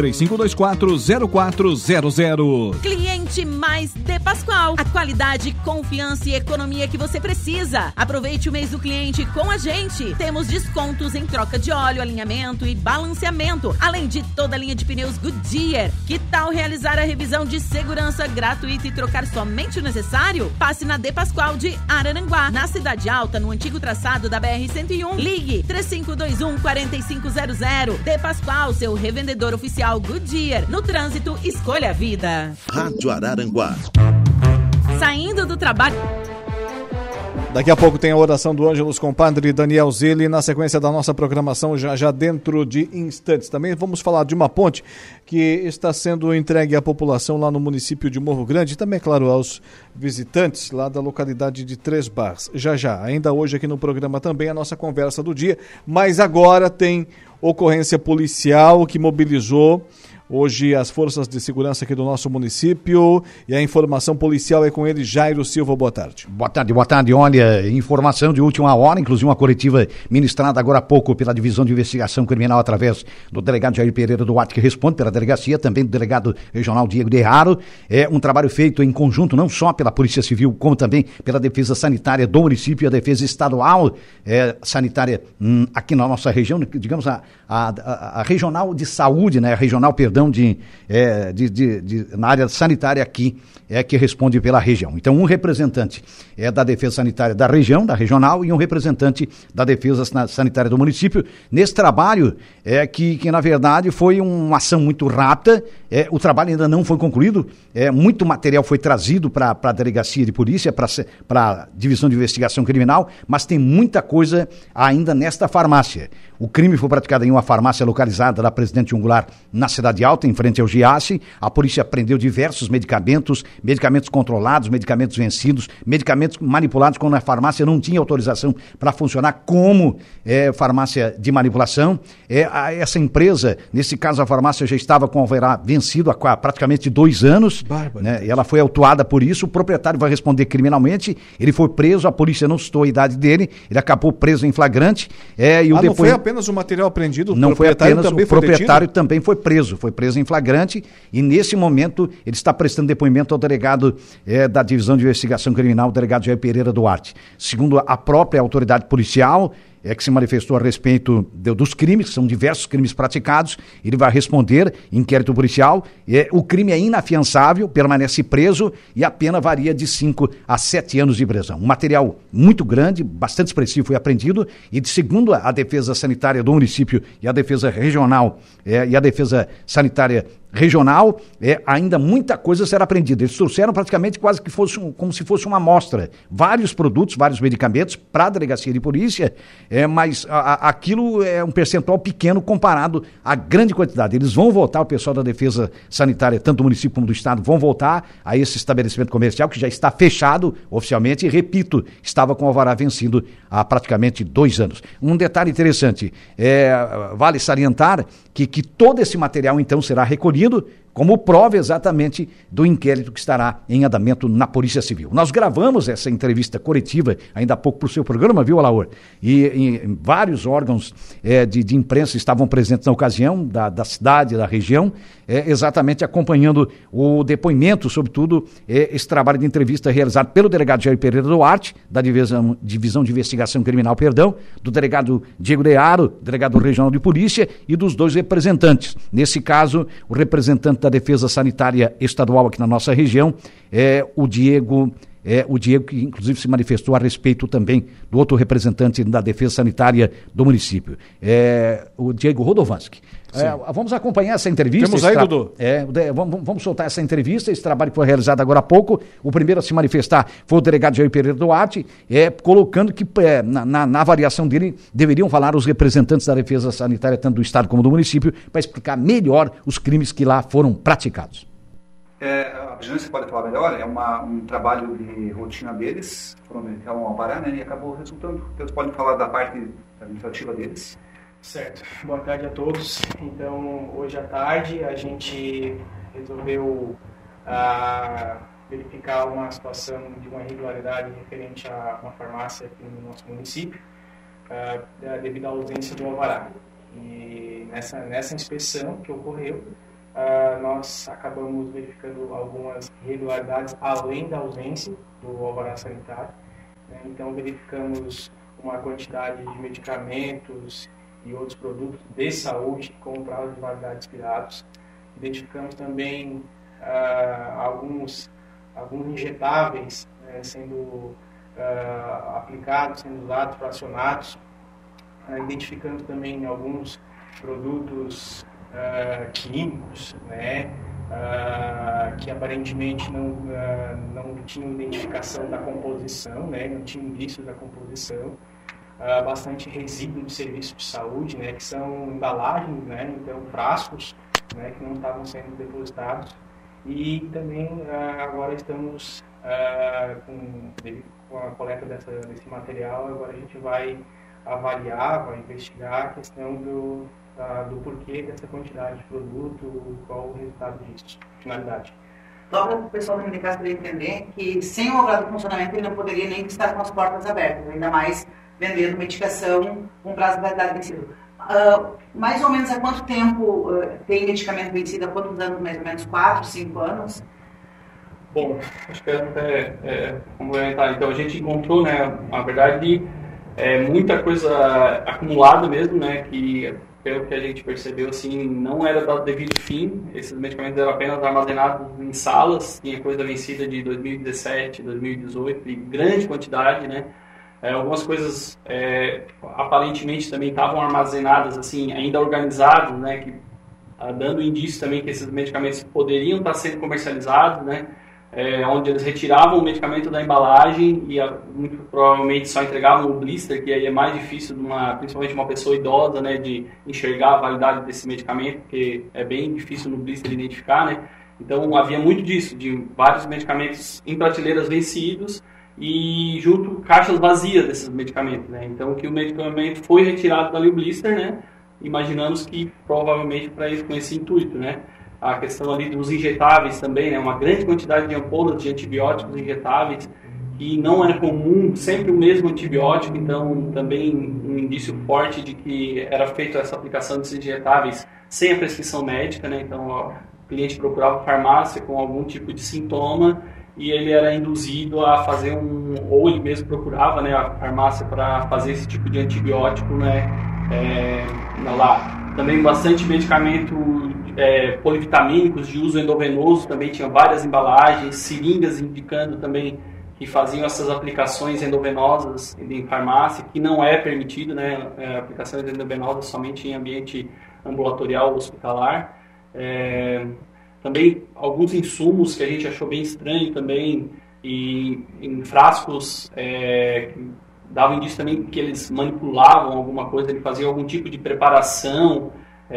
3524-0400. Cliente mais De Pascoal. A qualidade, confiança e economia que você precisa. Aproveite o mês do cliente com a gente. Temos descontos em troca de óleo, alinhamento e balanceamento, além de toda a linha de pneus Goodyear. Que tal realizar a revisão de segurança gratuita e trocar somente o necessário? Passe na De Pascoal de Araranguá, na Cidade Alta, no antigo traçado da BR-101. Ligue 3521-4500. De Pascoal, seu revendedor oficial Goodyear. No trânsito, escolha a vida. Rádio Araranguá. Saindo do trabalho... Daqui a pouco tem a oração do Ângelus com o Padre Daniel Zilli, na sequência da nossa programação, já dentro de instantes. Também vamos falar de uma ponte que está sendo entregue à população lá no município de Morro Grande e também, claro, aos visitantes lá da localidade de Três Barras. Já, ainda hoje aqui no programa também a nossa conversa do dia, mas agora tem ocorrência policial que mobilizou hoje as forças de segurança aqui do nosso município, e a informação policial é com ele, Jairo Silva. Boa tarde. Boa tarde. Olha, informação de última hora, inclusive uma coletiva ministrada agora há pouco pela Divisão de Investigação Criminal através do delegado Jair Pereira Duarte, que responde pela delegacia, também do delegado regional Diego Derraro. É um trabalho feito em conjunto, não só pela Polícia Civil, como também pela Defesa Sanitária do município e a Defesa Estadual Sanitária aqui na nossa região, digamos a regional de saúde, né? A regional, na área sanitária aqui, que responde pela região. Então, um representante da Defesa Sanitária da região, da regional, e um representante da Defesa Sanitária do município, nesse trabalho que na verdade foi uma ação muito rápida. O trabalho ainda não foi concluído, muito material foi trazido para a delegacia de polícia, para a divisão de investigação criminal, mas tem muita coisa ainda nesta farmácia. O crime foi praticado em uma farmácia localizada na Presidente Unglar, na Cidade Alta, em frente ao Giasse. A polícia apreendeu diversos medicamentos controlados, medicamentos vencidos, medicamentos manipulados quando a farmácia não tinha autorização para funcionar como farmácia de manipulação. Essa empresa, nesse caso a farmácia já estava com o alvará vencido há praticamente 2 anos, né? E ela foi autuada por isso. O proprietário vai responder criminalmente, ele foi preso, a polícia não citou a idade dele, ele acabou preso em flagrante. Não foi apenas o material apreendido, não foi apenas, o proprietário também foi preso em flagrante, e nesse momento ele está prestando depoimento ao delegado da Divisão de Investigação Criminal, o delegado Jair Pereira Duarte. Segundo a própria autoridade policial, que se manifestou a respeito dos crimes, que são diversos crimes praticados, ele vai responder inquérito policial. O crime é inafiançável, permanece preso e a pena varia de 5 a 7 anos de prisão. Um material muito grande, bastante expressivo foi apreendido, e segundo a Defesa Sanitária do município e a Defesa Regional e a Defesa Sanitária Regional, ainda muita coisa será apreendida. Eles trouxeram praticamente quase que como se fosse uma amostra, vários produtos, vários medicamentos para a delegacia de polícia, mas aquilo é um percentual pequeno comparado à grande quantidade. Eles vão voltar, o pessoal da Defesa Sanitária, tanto do município como do estado, vão voltar a esse estabelecimento comercial que já está fechado oficialmente e, repito, estava com o alvará vencido há praticamente 2 anos. Um detalhe interessante, vale salientar que todo esse material então será recolhido como prova exatamente do inquérito que estará em andamento na Polícia Civil. Nós gravamos essa entrevista coletiva ainda há pouco para o seu programa, viu, Alaor? E vários órgãos de imprensa estavam presentes na ocasião, da cidade, da região, exatamente acompanhando o depoimento, sobretudo esse trabalho de entrevista realizado pelo delegado Jair Pereira Duarte, da Divisão de Investigação Criminal, do delegado Diego Derraro, delegado regional de polícia, e dos 2 representantes. Nesse caso, o representante da Defesa Sanitária Estadual aqui na nossa região é o Diego o Diego, que inclusive se manifestou a respeito também do outro representante da Defesa Sanitária do município, o Diego Rodovanski. Vamos acompanhar essa entrevista. Temos aí, Dudu? Vamos soltar essa entrevista, esse trabalho que foi realizado agora há pouco. O primeiro a se manifestar foi o delegado Jair Pereira Duarte, colocando que na avaliação dele deveriam falar os representantes da Defesa Sanitária, tanto do Estado como do município, para explicar melhor os crimes que lá foram praticados. A vigilância pode falar melhor, é um trabalho de rotina deles, foram verificar um alvará, né, e acabou resultando. Eles podem falar da parte administrativa deles. Certo, boa tarde a todos. Então, hoje à tarde a gente resolveu verificar uma situação de uma irregularidade referente a uma farmácia aqui no nosso município, devido à ausência do alvará. E nessa inspeção que ocorreu, nós acabamos verificando algumas irregularidades além da ausência do alvará sanitário, né? Então, verificamos uma quantidade de medicamentos e outros produtos de saúde com prazo de validade expirados. Identificamos também alguns injetáveis, né, sendo aplicados, sendo usados, fracionados. Identificamos também alguns produtos químicos, né, que aparentemente não tinham identificação da composição, né, não tinham indícios da composição. Bastante resíduo de serviço de saúde, né, que são embalagens, né, então frascos, né, que não estavam sendo depositados. E também agora estamos com a coleta desse material. Agora a gente vai avaliar, vai investigar a questão do porquê dessa quantidade de produto, qual o resultado disso, finalidade. Só para o pessoal da Medicasa poder entender que sem o alvará de funcionamento ele não poderia nem estar com as portas abertas, ainda mais vendendo medicação com prazo de validade vencido. Mais ou menos há quanto tempo tem medicamento vencido? Há quantos anos? Mais ou menos 4, 5 anos? Bom, acho que é complementar. Então, a gente encontrou, né, na verdade, muita coisa acumulada mesmo, né, que pelo que a gente percebeu, assim, não era dado devido fim. Esses medicamentos eram apenas armazenados em salas, tinha coisa vencida de 2017, 2018, em grande quantidade, né. Algumas coisas aparentemente também estavam armazenadas, assim, ainda organizadas, né, que, dando indício também que esses medicamentos poderiam estar sendo comercializados, né, onde eles retiravam o medicamento da embalagem e muito provavelmente só entregavam o blister, que aí é mais difícil, principalmente uma pessoa idosa, né, de enxergar a validade desse medicamento, porque é bem difícil no blister identificar, né. Então havia muito disso, de vários medicamentos em prateleiras vencidos, e junto caixas vazias desses medicamentos, né? Então que o medicamento foi retirado dali o blister, né? Imaginamos que provavelmente para isso, com esse intuito, né? A questão ali dos injetáveis também, né? Uma grande quantidade de ampolas de antibióticos injetáveis que não era comum, sempre o mesmo antibiótico, então também um indício forte de que era feita essa aplicação desses injetáveis sem a prescrição médica, né? Então o cliente procurava farmácia com algum tipo de sintoma e ele era induzido a fazer ou ele mesmo procurava, né, a farmácia para fazer esse tipo de antibiótico, né, lá. Também bastante medicamento polivitamínicos de uso endovenoso, também tinha várias embalagens, seringas indicando também que faziam essas aplicações endovenosas em farmácia, que não é permitido, né, aplicações endovenosas somente em ambiente ambulatorial hospitalar. Também alguns insumos que a gente achou bem estranho também, e em frascos que davam indício também que eles manipulavam alguma coisa, eles faziam algum tipo de preparação,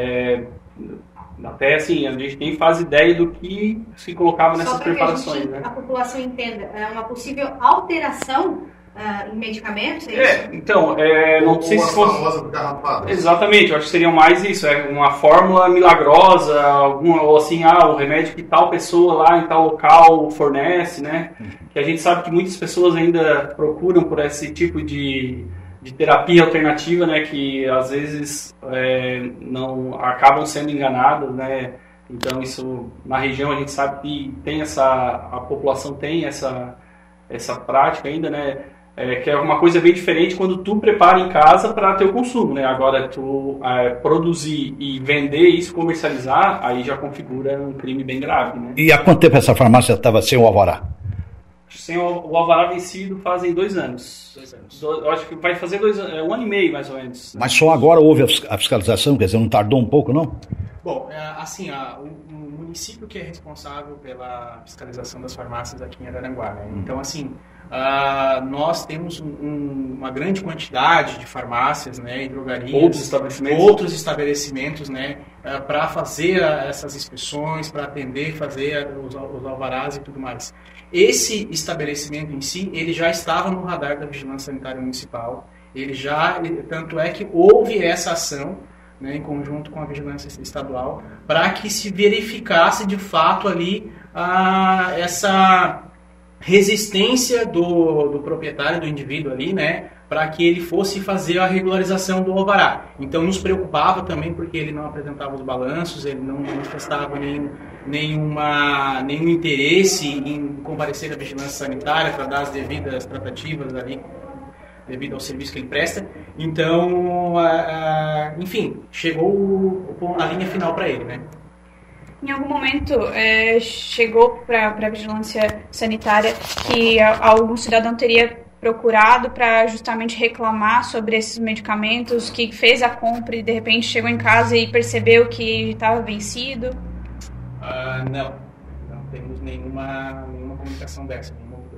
até assim, a gente nem faz ideia do que se colocava nessas preparações. Só para que a população entenda, é uma possível alteração em medicamentos, é isso? Então, não sei se fosse... Exatamente, eu acho que seria mais isso, uma fórmula milagrosa, ou assim, o remédio que tal pessoa lá em tal local fornece, né? Que a gente sabe que muitas pessoas ainda procuram por esse tipo de terapia alternativa, né? Que às vezes não acabam sendo enganadas, né? Então isso, na região a gente sabe que tem a população tem essa prática ainda, né? Que é uma coisa bem diferente quando tu prepara em casa para ter o consumo, né? Agora, tu produzir e vender isso, comercializar, aí já configura um crime bem grave, né? E há quanto tempo essa farmácia estava sem o alvará? Sem o alvará vencido fazem 2 anos. 2 anos. Eu acho que vai fazer 2 anos, 1 ano e meio mais ou menos. Mas só agora houve a fiscalização, quer dizer, não tardou um pouco, não? Bom, assim, o município que é responsável pela fiscalização das farmácias aqui em Araranguá, né? Então, assim, nós temos uma grande quantidade de farmácias, né, e drogarias, outros estabelecimentos, né, para fazer essas inspeções, para atender, fazer os alvarás e tudo mais. Esse estabelecimento em si, ele já estava no radar da Vigilância Sanitária Municipal, tanto é que houve essa ação, né, em conjunto com a Vigilância Estadual, para que se verificasse de fato ali essa resistência do proprietário, do indivíduo ali, né, para que ele fosse fazer a regularização do alvará. Então nos preocupava também porque ele não apresentava os balanços, ele não manifestava nenhum interesse em comparecer à vigilância sanitária para dar as devidas tratativas ali, devido ao serviço que ele presta. Então, enfim, chegou a linha final para ele, né? Em algum momento chegou para a vigilância sanitária que algum cidadão teria procurado para justamente reclamar sobre esses medicamentos, que fez a compra e de repente chegou em casa e percebeu que estava vencido? Não temos nenhuma comunicação dessa,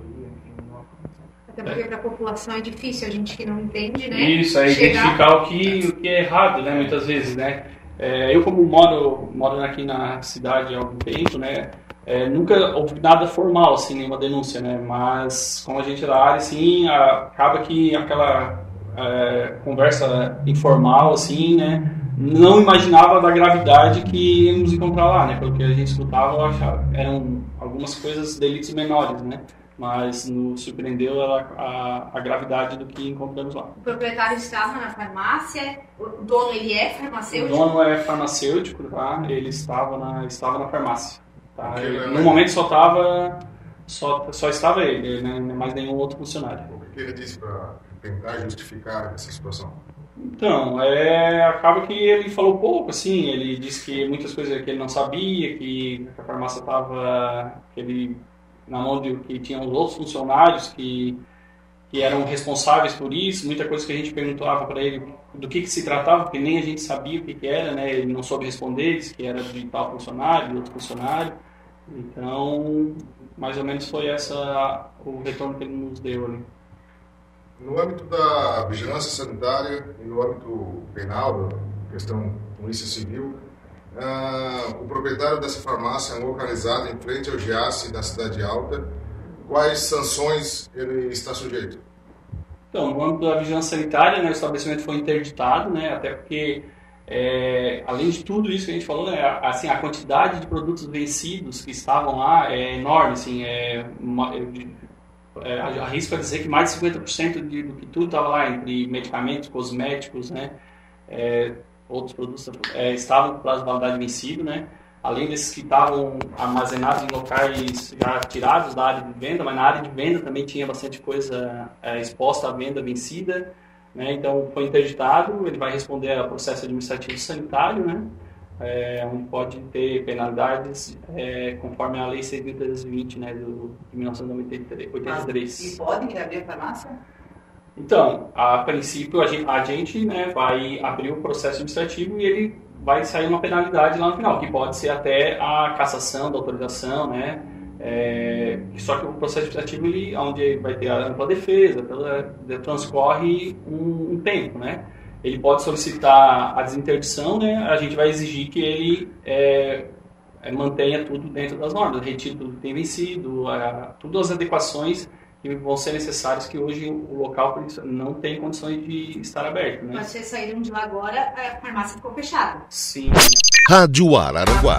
Até porque para a população é difícil, a gente que não entende, né? Isso, identificar o que é errado, né, muitas vezes, né? Eu, como moro aqui na cidade há algum tempo, né, nunca houve nada formal, assim, nenhuma denúncia, né, mas como a gente é da área, assim, acaba que aquela conversa informal, assim, né, não imaginava da gravidade que íamos encontrar lá, né, pelo que a gente escutava, eu achava, eram algumas coisas, delitos menores, né, mas nos surpreendeu a gravidade do que encontramos lá. O proprietário estava na farmácia, o dono ele é farmacêutico? O dono é farmacêutico, tá? Ele estava na farmácia. Tá? No momento só estava ele, né? Mais nenhum outro funcionário. O que ele disse para tentar justificar essa situação? Então, acaba que ele falou pouco, assim, ele disse que muitas coisas que ele não sabia, que a farmácia estava... na mão de que tinham os outros funcionários que eram responsáveis por isso, muita coisa que a gente perguntava para ele do que se tratava, porque nem a gente sabia o que era, né? Ele não soube responder, disse que era de tal funcionário, de outro funcionário. Então, mais ou menos foi o retorno que ele nos deu ali. No âmbito da vigilância sanitária e no âmbito penal, questão polícia civil, o proprietário dessa farmácia é localizado em frente ao GIASSE da Cidade Alta. Quais sanções ele está sujeito? Então, no âmbito da vigilância sanitária, né, o estabelecimento foi interditado, né, até porque, além de tudo isso que a gente falou, né, assim, a quantidade de produtos vencidos que estavam lá é enorme. Assim, arrisco a dizer que mais de 50% do que tudo estava lá, entre medicamentos, cosméticos, né, outros produtos estavam com prazo de validade vencido, né? Além desses que estavam armazenados em locais já tirados da área de venda, mas na área de venda também tinha bastante coisa exposta à venda vencida, né? Então foi interditado, ele vai responder a processo administrativo sanitário, né? Onde pode ter penalidades conforme a Lei 6.320, né, de 1983. E podem abrir a farmácia? Então, a princípio, a gente, né, vai abrir o processo administrativo e ele vai sair uma penalidade lá no final, que pode ser até a cassação da autorização, né? Só que o processo administrativo, onde vai ter a ampla defesa, transcorre um tempo, né? Ele pode solicitar a desinterdição, né? A gente vai exigir que ele mantenha tudo dentro das normas, retire tudo que tem vencido, todas as adequações que vão ser necessários, que hoje o local não tem condições de estar aberto, né? Mas vocês saíram de lá agora, a farmácia ficou fechada. Sim. Rádio Araranguá.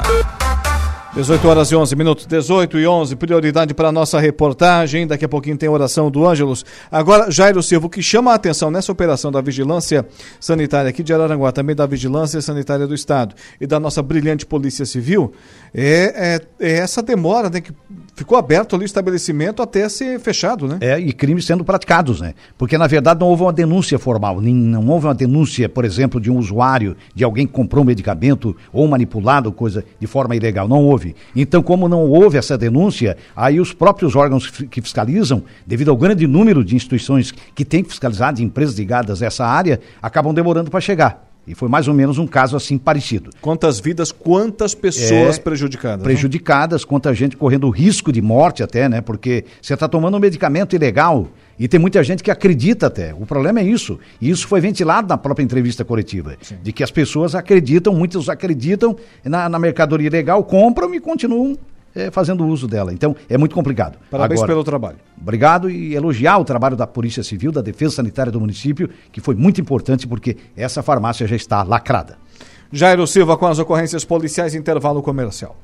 18 horas e 11 minutos, 18 e 11, prioridade para a nossa reportagem. Daqui a pouquinho tem a oração do Ângelos. Agora, Jairo Silva, o que chama a atenção nessa operação da Vigilância Sanitária aqui de Araranguá, também da Vigilância Sanitária do Estado e da nossa brilhante Polícia Civil, é essa demora, né, que ficou aberto ali o estabelecimento até ser fechado, né? E crimes sendo praticados, né? Porque, na verdade, não houve uma denúncia formal, não houve uma denúncia, por exemplo, de um usuário, de alguém que comprou um medicamento ou manipulado, coisa de forma ilegal, não houve. Então, como não houve essa denúncia, aí os próprios órgãos que fiscalizam, devido ao grande número de instituições que têm que fiscalizar, de empresas ligadas a essa área, acabam demorando para chegar. E foi mais ou menos um caso assim parecido. Quantas vidas, quantas pessoas prejudicadas? Prejudicadas, quanta gente correndo risco de morte até, né? Porque você está tomando um medicamento ilegal e tem muita gente que acredita até. O problema é isso. E isso foi ventilado na própria entrevista coletiva. Sim. De que as pessoas acreditam, muitos acreditam na mercadoria ilegal, compram e continuam fazendo uso dela. Então, é muito complicado. Parabéns pelo trabalho. Obrigado e elogiar o trabalho da Polícia Civil, da Defesa Sanitária do município, que foi muito importante porque essa farmácia já está lacrada. Jairo Silva com as ocorrências policiais, intervalo comercial.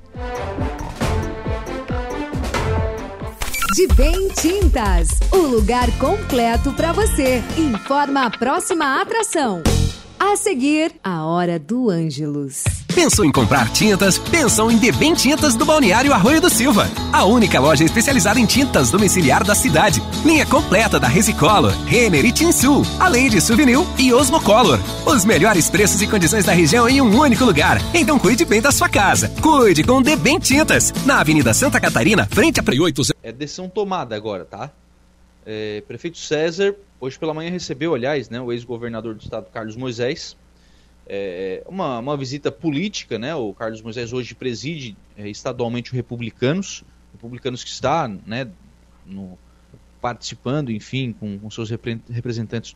De Bem Tintas, o lugar completo para você. Informa a próxima atração. A seguir, a Hora do Ângelus. Pensou em comprar tintas? Pensou em De Bem Tintas do Balneário Arroio do Silva. A única loja especializada em tintas domiciliar da cidade. Linha completa da Resicolor, Renner e Tinsul, além de Souvenir e Osmocolor. Os melhores preços e condições da região em um único lugar. Então cuide bem da sua casa. Cuide com De Bem Tintas. Na Avenida Santa Catarina, frente a Preoito. É decisão tomada agora, tá? Prefeito César, hoje pela manhã recebeu, aliás, né, o ex-governador do estado, Carlos Moisés, uma visita política, né? O Carlos Moisés hoje preside estadualmente o Republicanos que está, né, participando, enfim, com seus representantes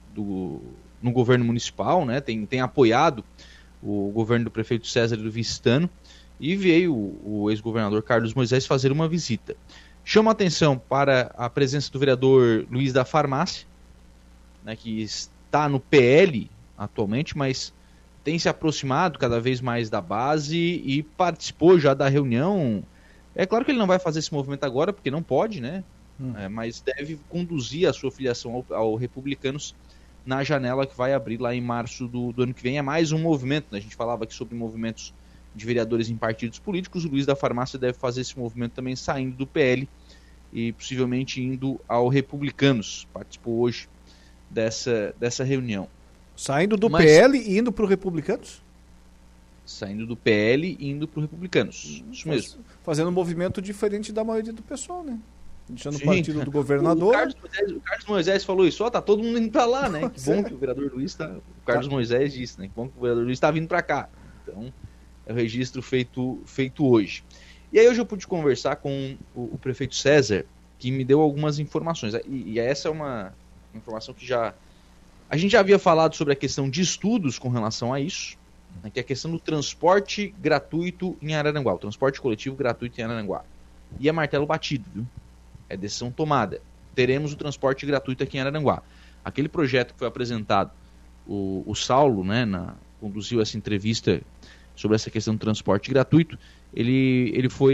no governo municipal, né? Tem apoiado o governo do prefeito César e do vice-tano, e veio o ex-governador Carlos Moisés fazer uma visita. Chama a atenção para a presença do vereador Luiz da Farmácia, né, que está no PL atualmente, mas tem se aproximado cada vez mais da base e participou já da reunião. É claro que ele não vai fazer esse movimento agora, porque não pode, né? Mas deve conduzir a sua filiação ao Republicanos na janela que vai abrir lá em março do ano que vem. É mais um movimento, né? A gente falava aqui sobre movimentos de vereadores em partidos políticos. O Luiz da Farmácia deve fazer esse movimento também saindo do PL e possivelmente indo ao Republicanos. Participou hoje dessa reunião. Saindo do PL e indo para o Republicanos? Saindo do PL e indo para o Republicanos. Isso mesmo. Fazendo um movimento diferente da maioria do pessoal, né? Deixando o partido do governador. O Carlos Moisés falou isso, tá todo mundo indo para lá, né? Que bom que o vereador Luiz o Carlos Moisés disse, né? Que bom que o vereador Luiz está vindo para cá. Então, é o registro feito hoje. E aí hoje eu pude conversar com o prefeito César, que me deu algumas informações. E essa é uma informação que a gente já havia falado sobre a questão de estudos com relação a isso, né, que é a questão do transporte gratuito em Araranguá, o transporte coletivo gratuito em Araranguá. E é martelo batido, viu? É decisão tomada. Teremos o transporte gratuito aqui em Araranguá. Aquele projeto que foi apresentado, o Saulo, né, conduziu essa entrevista sobre essa questão do transporte gratuito, ele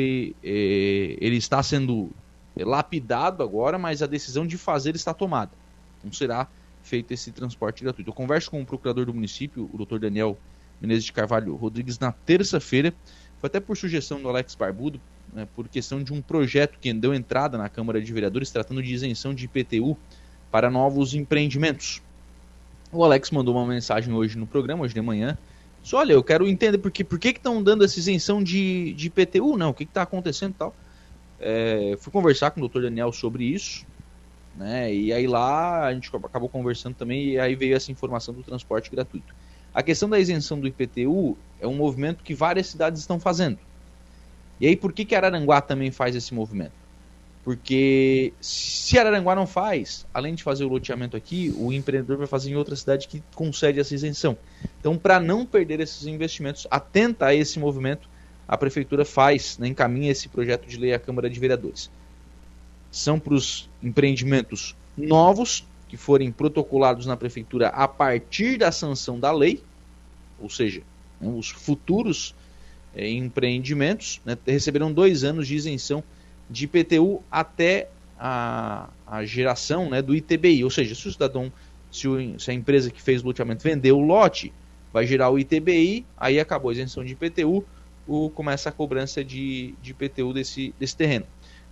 está sendo lapidado agora, mas a decisão de fazer está tomada. Não será feito esse transporte gratuito. Eu converso com o procurador do município, o Dr. Daniel Menezes de Carvalho Rodrigues, na terça-feira. Foi até por sugestão do Alex Barbudo, né, por questão de um projeto que deu entrada na Câmara de Vereadores, tratando de isenção de IPTU para novos empreendimentos. O Alex mandou uma mensagem hoje no programa, hoje de manhã. Só, olha, eu quero entender por que estão dando essa isenção de IPTU, não, o que está acontecendo e tal. Fui conversar com o Dr. Daniel sobre isso, né, e aí lá a gente acabou conversando também, e aí veio essa informação do transporte gratuito. A questão da isenção do IPTU é um movimento que várias cidades estão fazendo. E aí por que Araranguá também faz esse movimento? Porque se Araranguá não faz, além de fazer o loteamento aqui, o empreendedor vai fazer em outra cidade que concede essa isenção. Então, para não perder esses investimentos, atenta a esse movimento, a Prefeitura encaminha esse projeto de lei à Câmara de Vereadores. São para os empreendimentos novos, que forem protocolados na Prefeitura a partir da sanção da lei, ou seja, os futuros empreendimentos, né, receberão 2 anos de isenção de IPTU até a geração, né, do ITBI, ou seja, se o cidadão, se a empresa que fez o loteamento vendeu o lote, vai gerar o ITBI, aí acabou a isenção de IPTU, começa a cobrança de IPTU desse terreno.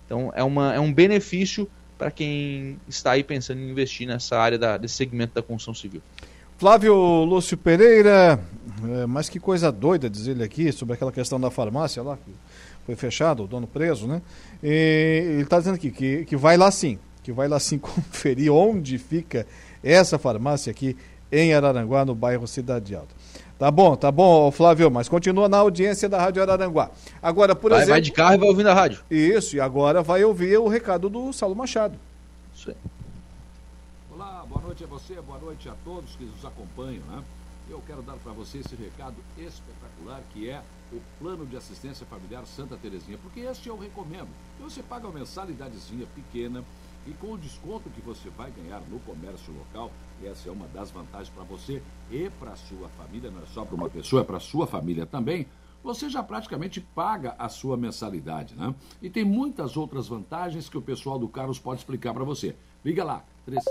Então é um benefício para quem está aí pensando em investir nessa área desse segmento da construção civil. Flávio Lúcio Pereira, mas que coisa doida, diz ele aqui, sobre aquela questão da farmácia lá, que foi fechado, o dono preso, né? E ele está dizendo aqui que vai lá sim, conferir onde fica essa farmácia aqui em Araranguá, no bairro Cidade Alta. Tá bom, Flávio, mas continua na audiência da Rádio Araranguá. Agora, por exemplo... Vai de carro e vai ouvindo a rádio. Isso, e agora vai ouvir o recado do Saulo Machado. Isso aí. Olá, boa noite a você, boa noite a todos que nos acompanham, né? Eu quero dar para você esse recado espetacular que é o Plano de Assistência Familiar Santa Terezinha, porque este eu recomendo. Você paga uma mensalidadezinha pequena e com o desconto que você vai ganhar no comércio local, essa é uma das vantagens para você e para a sua família, não é só para uma pessoa, é para a sua família também. Você já praticamente paga a sua mensalidade, né? E tem muitas outras vantagens que o pessoal do Carlos pode explicar para você. Liga lá, 35220814,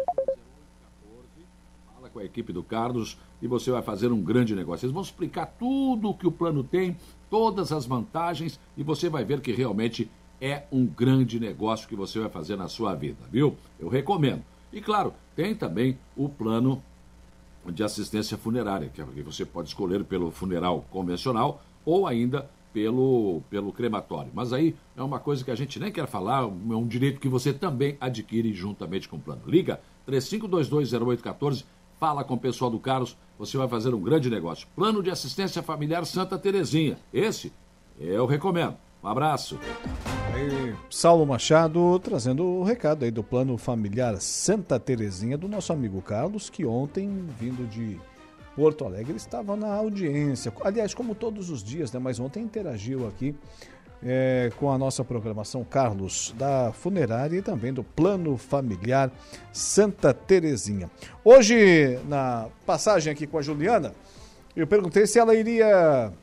fala com a equipe do Carlos e você vai fazer um grande negócio. Eles vão explicar tudo o que o plano tem, todas as vantagens e você vai ver que realmente é um grande negócio que você vai fazer na sua vida, viu? Eu recomendo. E claro, tem também o plano de assistência funerária, que você pode escolher pelo funeral convencional ou ainda pelo crematório. Mas aí é uma coisa que a gente nem quer falar, é um direito que você também adquire juntamente com o plano. Liga 35220814, fala com o pessoal do Carlos, você vai fazer um grande negócio. Plano de Assistência Familiar Santa Terezinha. Esse eu recomendo. Um abraço. Aí, Saulo Machado trazendo o recado aí do Plano Familiar Santa Terezinha do nosso amigo Carlos, que ontem, vindo de Porto Alegre, estava na audiência. Aliás, como todos os dias, né? Mas ontem interagiu aqui com a nossa programação, Carlos, da funerária e também do Plano Familiar Santa Terezinha. Hoje, na passagem aqui com a Juliana, eu perguntei se ela iria...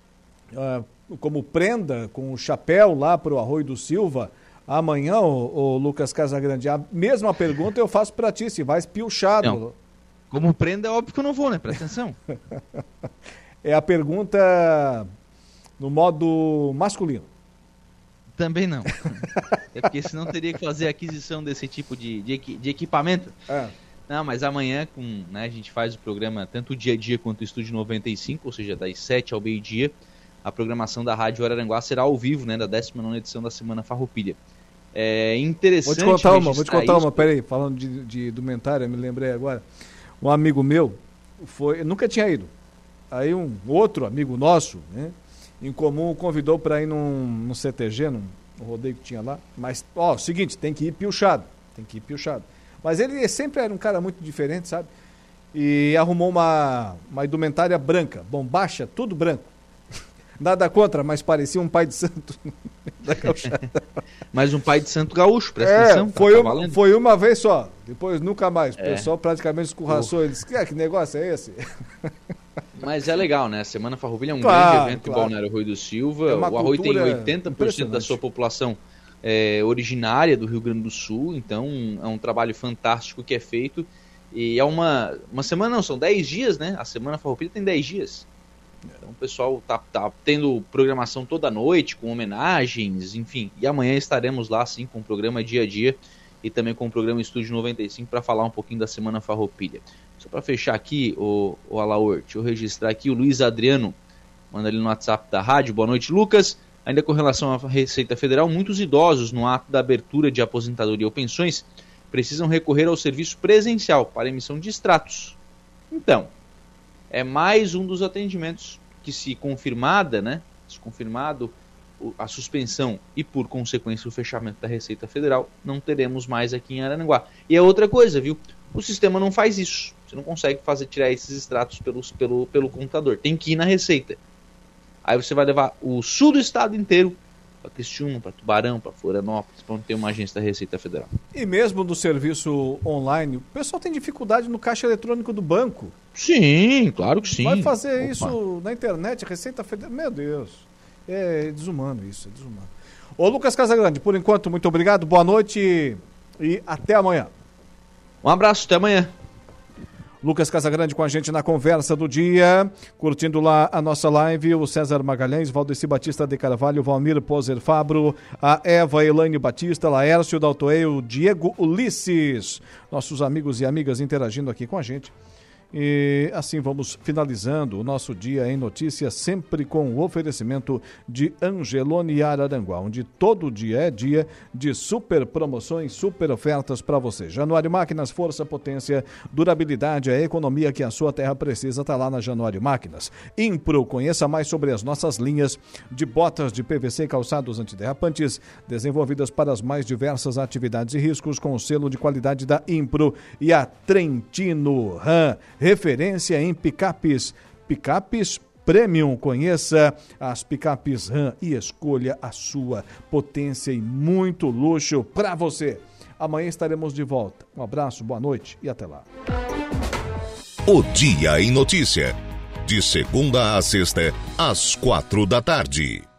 como prenda com o chapéu lá para o Arroio do Silva amanhã, o Lucas Casagrande. A mesma pergunta eu faço para ti, se vais piochado. Não. Como prenda é óbvio que eu não vou, né? Presta atenção. É a pergunta no modo masculino. Também não. É porque senão teria que fazer a aquisição desse tipo de equipamento. Não, mas amanhã a gente faz o programa tanto o dia a dia quanto o Estúdio 95, ou seja, das 7 ao meio-dia. A programação da Rádio Araranguá será ao vivo, né, da 19ª edição da Semana Farroupilha. É interessante... Vou te contar uma, peraí, falando de indumentária, me lembrei agora. Um amigo meu, nunca tinha ido. Aí um outro amigo nosso, né, em comum, convidou para ir num CTG, num rodeio que tinha lá. Mas, seguinte, tem que ir piochado. Mas ele sempre era um cara muito diferente, sabe? E arrumou uma indumentária branca, bombacha, tudo branco. Nada contra, mas parecia um pai de santo da gauchada. Mas um pai de santo gaúcho, presta atenção. Foi uma vez só, depois nunca mais. O pessoal praticamente escorraçou, ele disse, que negócio é esse? Mas é legal, né? A Semana Farroupilha é um grande evento em Balneário Arroio do Silva. O Arroio tem 80% da sua população originária do Rio Grande do Sul, então é um trabalho fantástico que é feito. E é uma semana, não, são 10 dias, né? A Semana Farroupilha tem 10 dias. Então o pessoal tá tendo programação toda noite, com homenagens, enfim. E amanhã estaremos lá, sim, com o programa Dia a Dia e também com o programa Estúdio 95 para falar um pouquinho da Semana Farroupilha. Só para fechar aqui, o Alaor, deixa eu registrar aqui o Luiz Adriano, manda ali no WhatsApp da rádio. Boa noite, Lucas. Ainda com relação à Receita Federal, muitos idosos no ato da abertura de aposentadoria ou pensões precisam recorrer ao serviço presencial para emissão de extratos. Então... é mais um dos atendimentos que, se confirmado a suspensão e, por consequência, o fechamento da Receita Federal, não teremos mais aqui em Araranguá. E é outra coisa, viu? O sistema não faz isso. Você não consegue tirar esses extratos pelo computador. Tem que ir na Receita. Aí você vai levar o sul do estado inteiro, para Criciúma, para Tubarão, para Florianópolis, para onde tem uma agência da Receita Federal. E mesmo do serviço online, o pessoal tem dificuldade no caixa eletrônico do banco. Sim, claro que sim. Vai fazer isso na internet, a Receita Federal. Meu Deus, é desumano isso, é desumano. Ô Lucas Casagrande, por enquanto, muito obrigado, boa noite e até amanhã. Um abraço, até amanhã. Lucas Casagrande com a gente na conversa do dia, curtindo lá a nossa live, o César Magalhães, Valdeci Batista de Carvalho, Valmir Poser Fabro, a Eva Elaine Batista, Laércio Daltoeu, o Diego Ulisses, nossos amigos e amigas interagindo aqui com a gente. E assim vamos finalizando o nosso Dia em Notícias, sempre com o oferecimento de Angelone Araranguá, onde todo dia é dia de super promoções, super ofertas para você. Januário Máquinas, força, potência, durabilidade, a economia que a sua terra precisa está lá na Januário Máquinas. Impro, conheça mais sobre as nossas linhas de botas de PVC e calçados antiderrapantes, desenvolvidas para as mais diversas atividades e riscos, com o selo de qualidade da Impro. E a Trentino Ram, referência em picapes Premium. Conheça as picapes Ram e escolha a sua potência e muito luxo para você. Amanhã estaremos de volta. Um abraço, boa noite e até lá. O Dia em Notícia, de segunda a sexta, às 4 da tarde.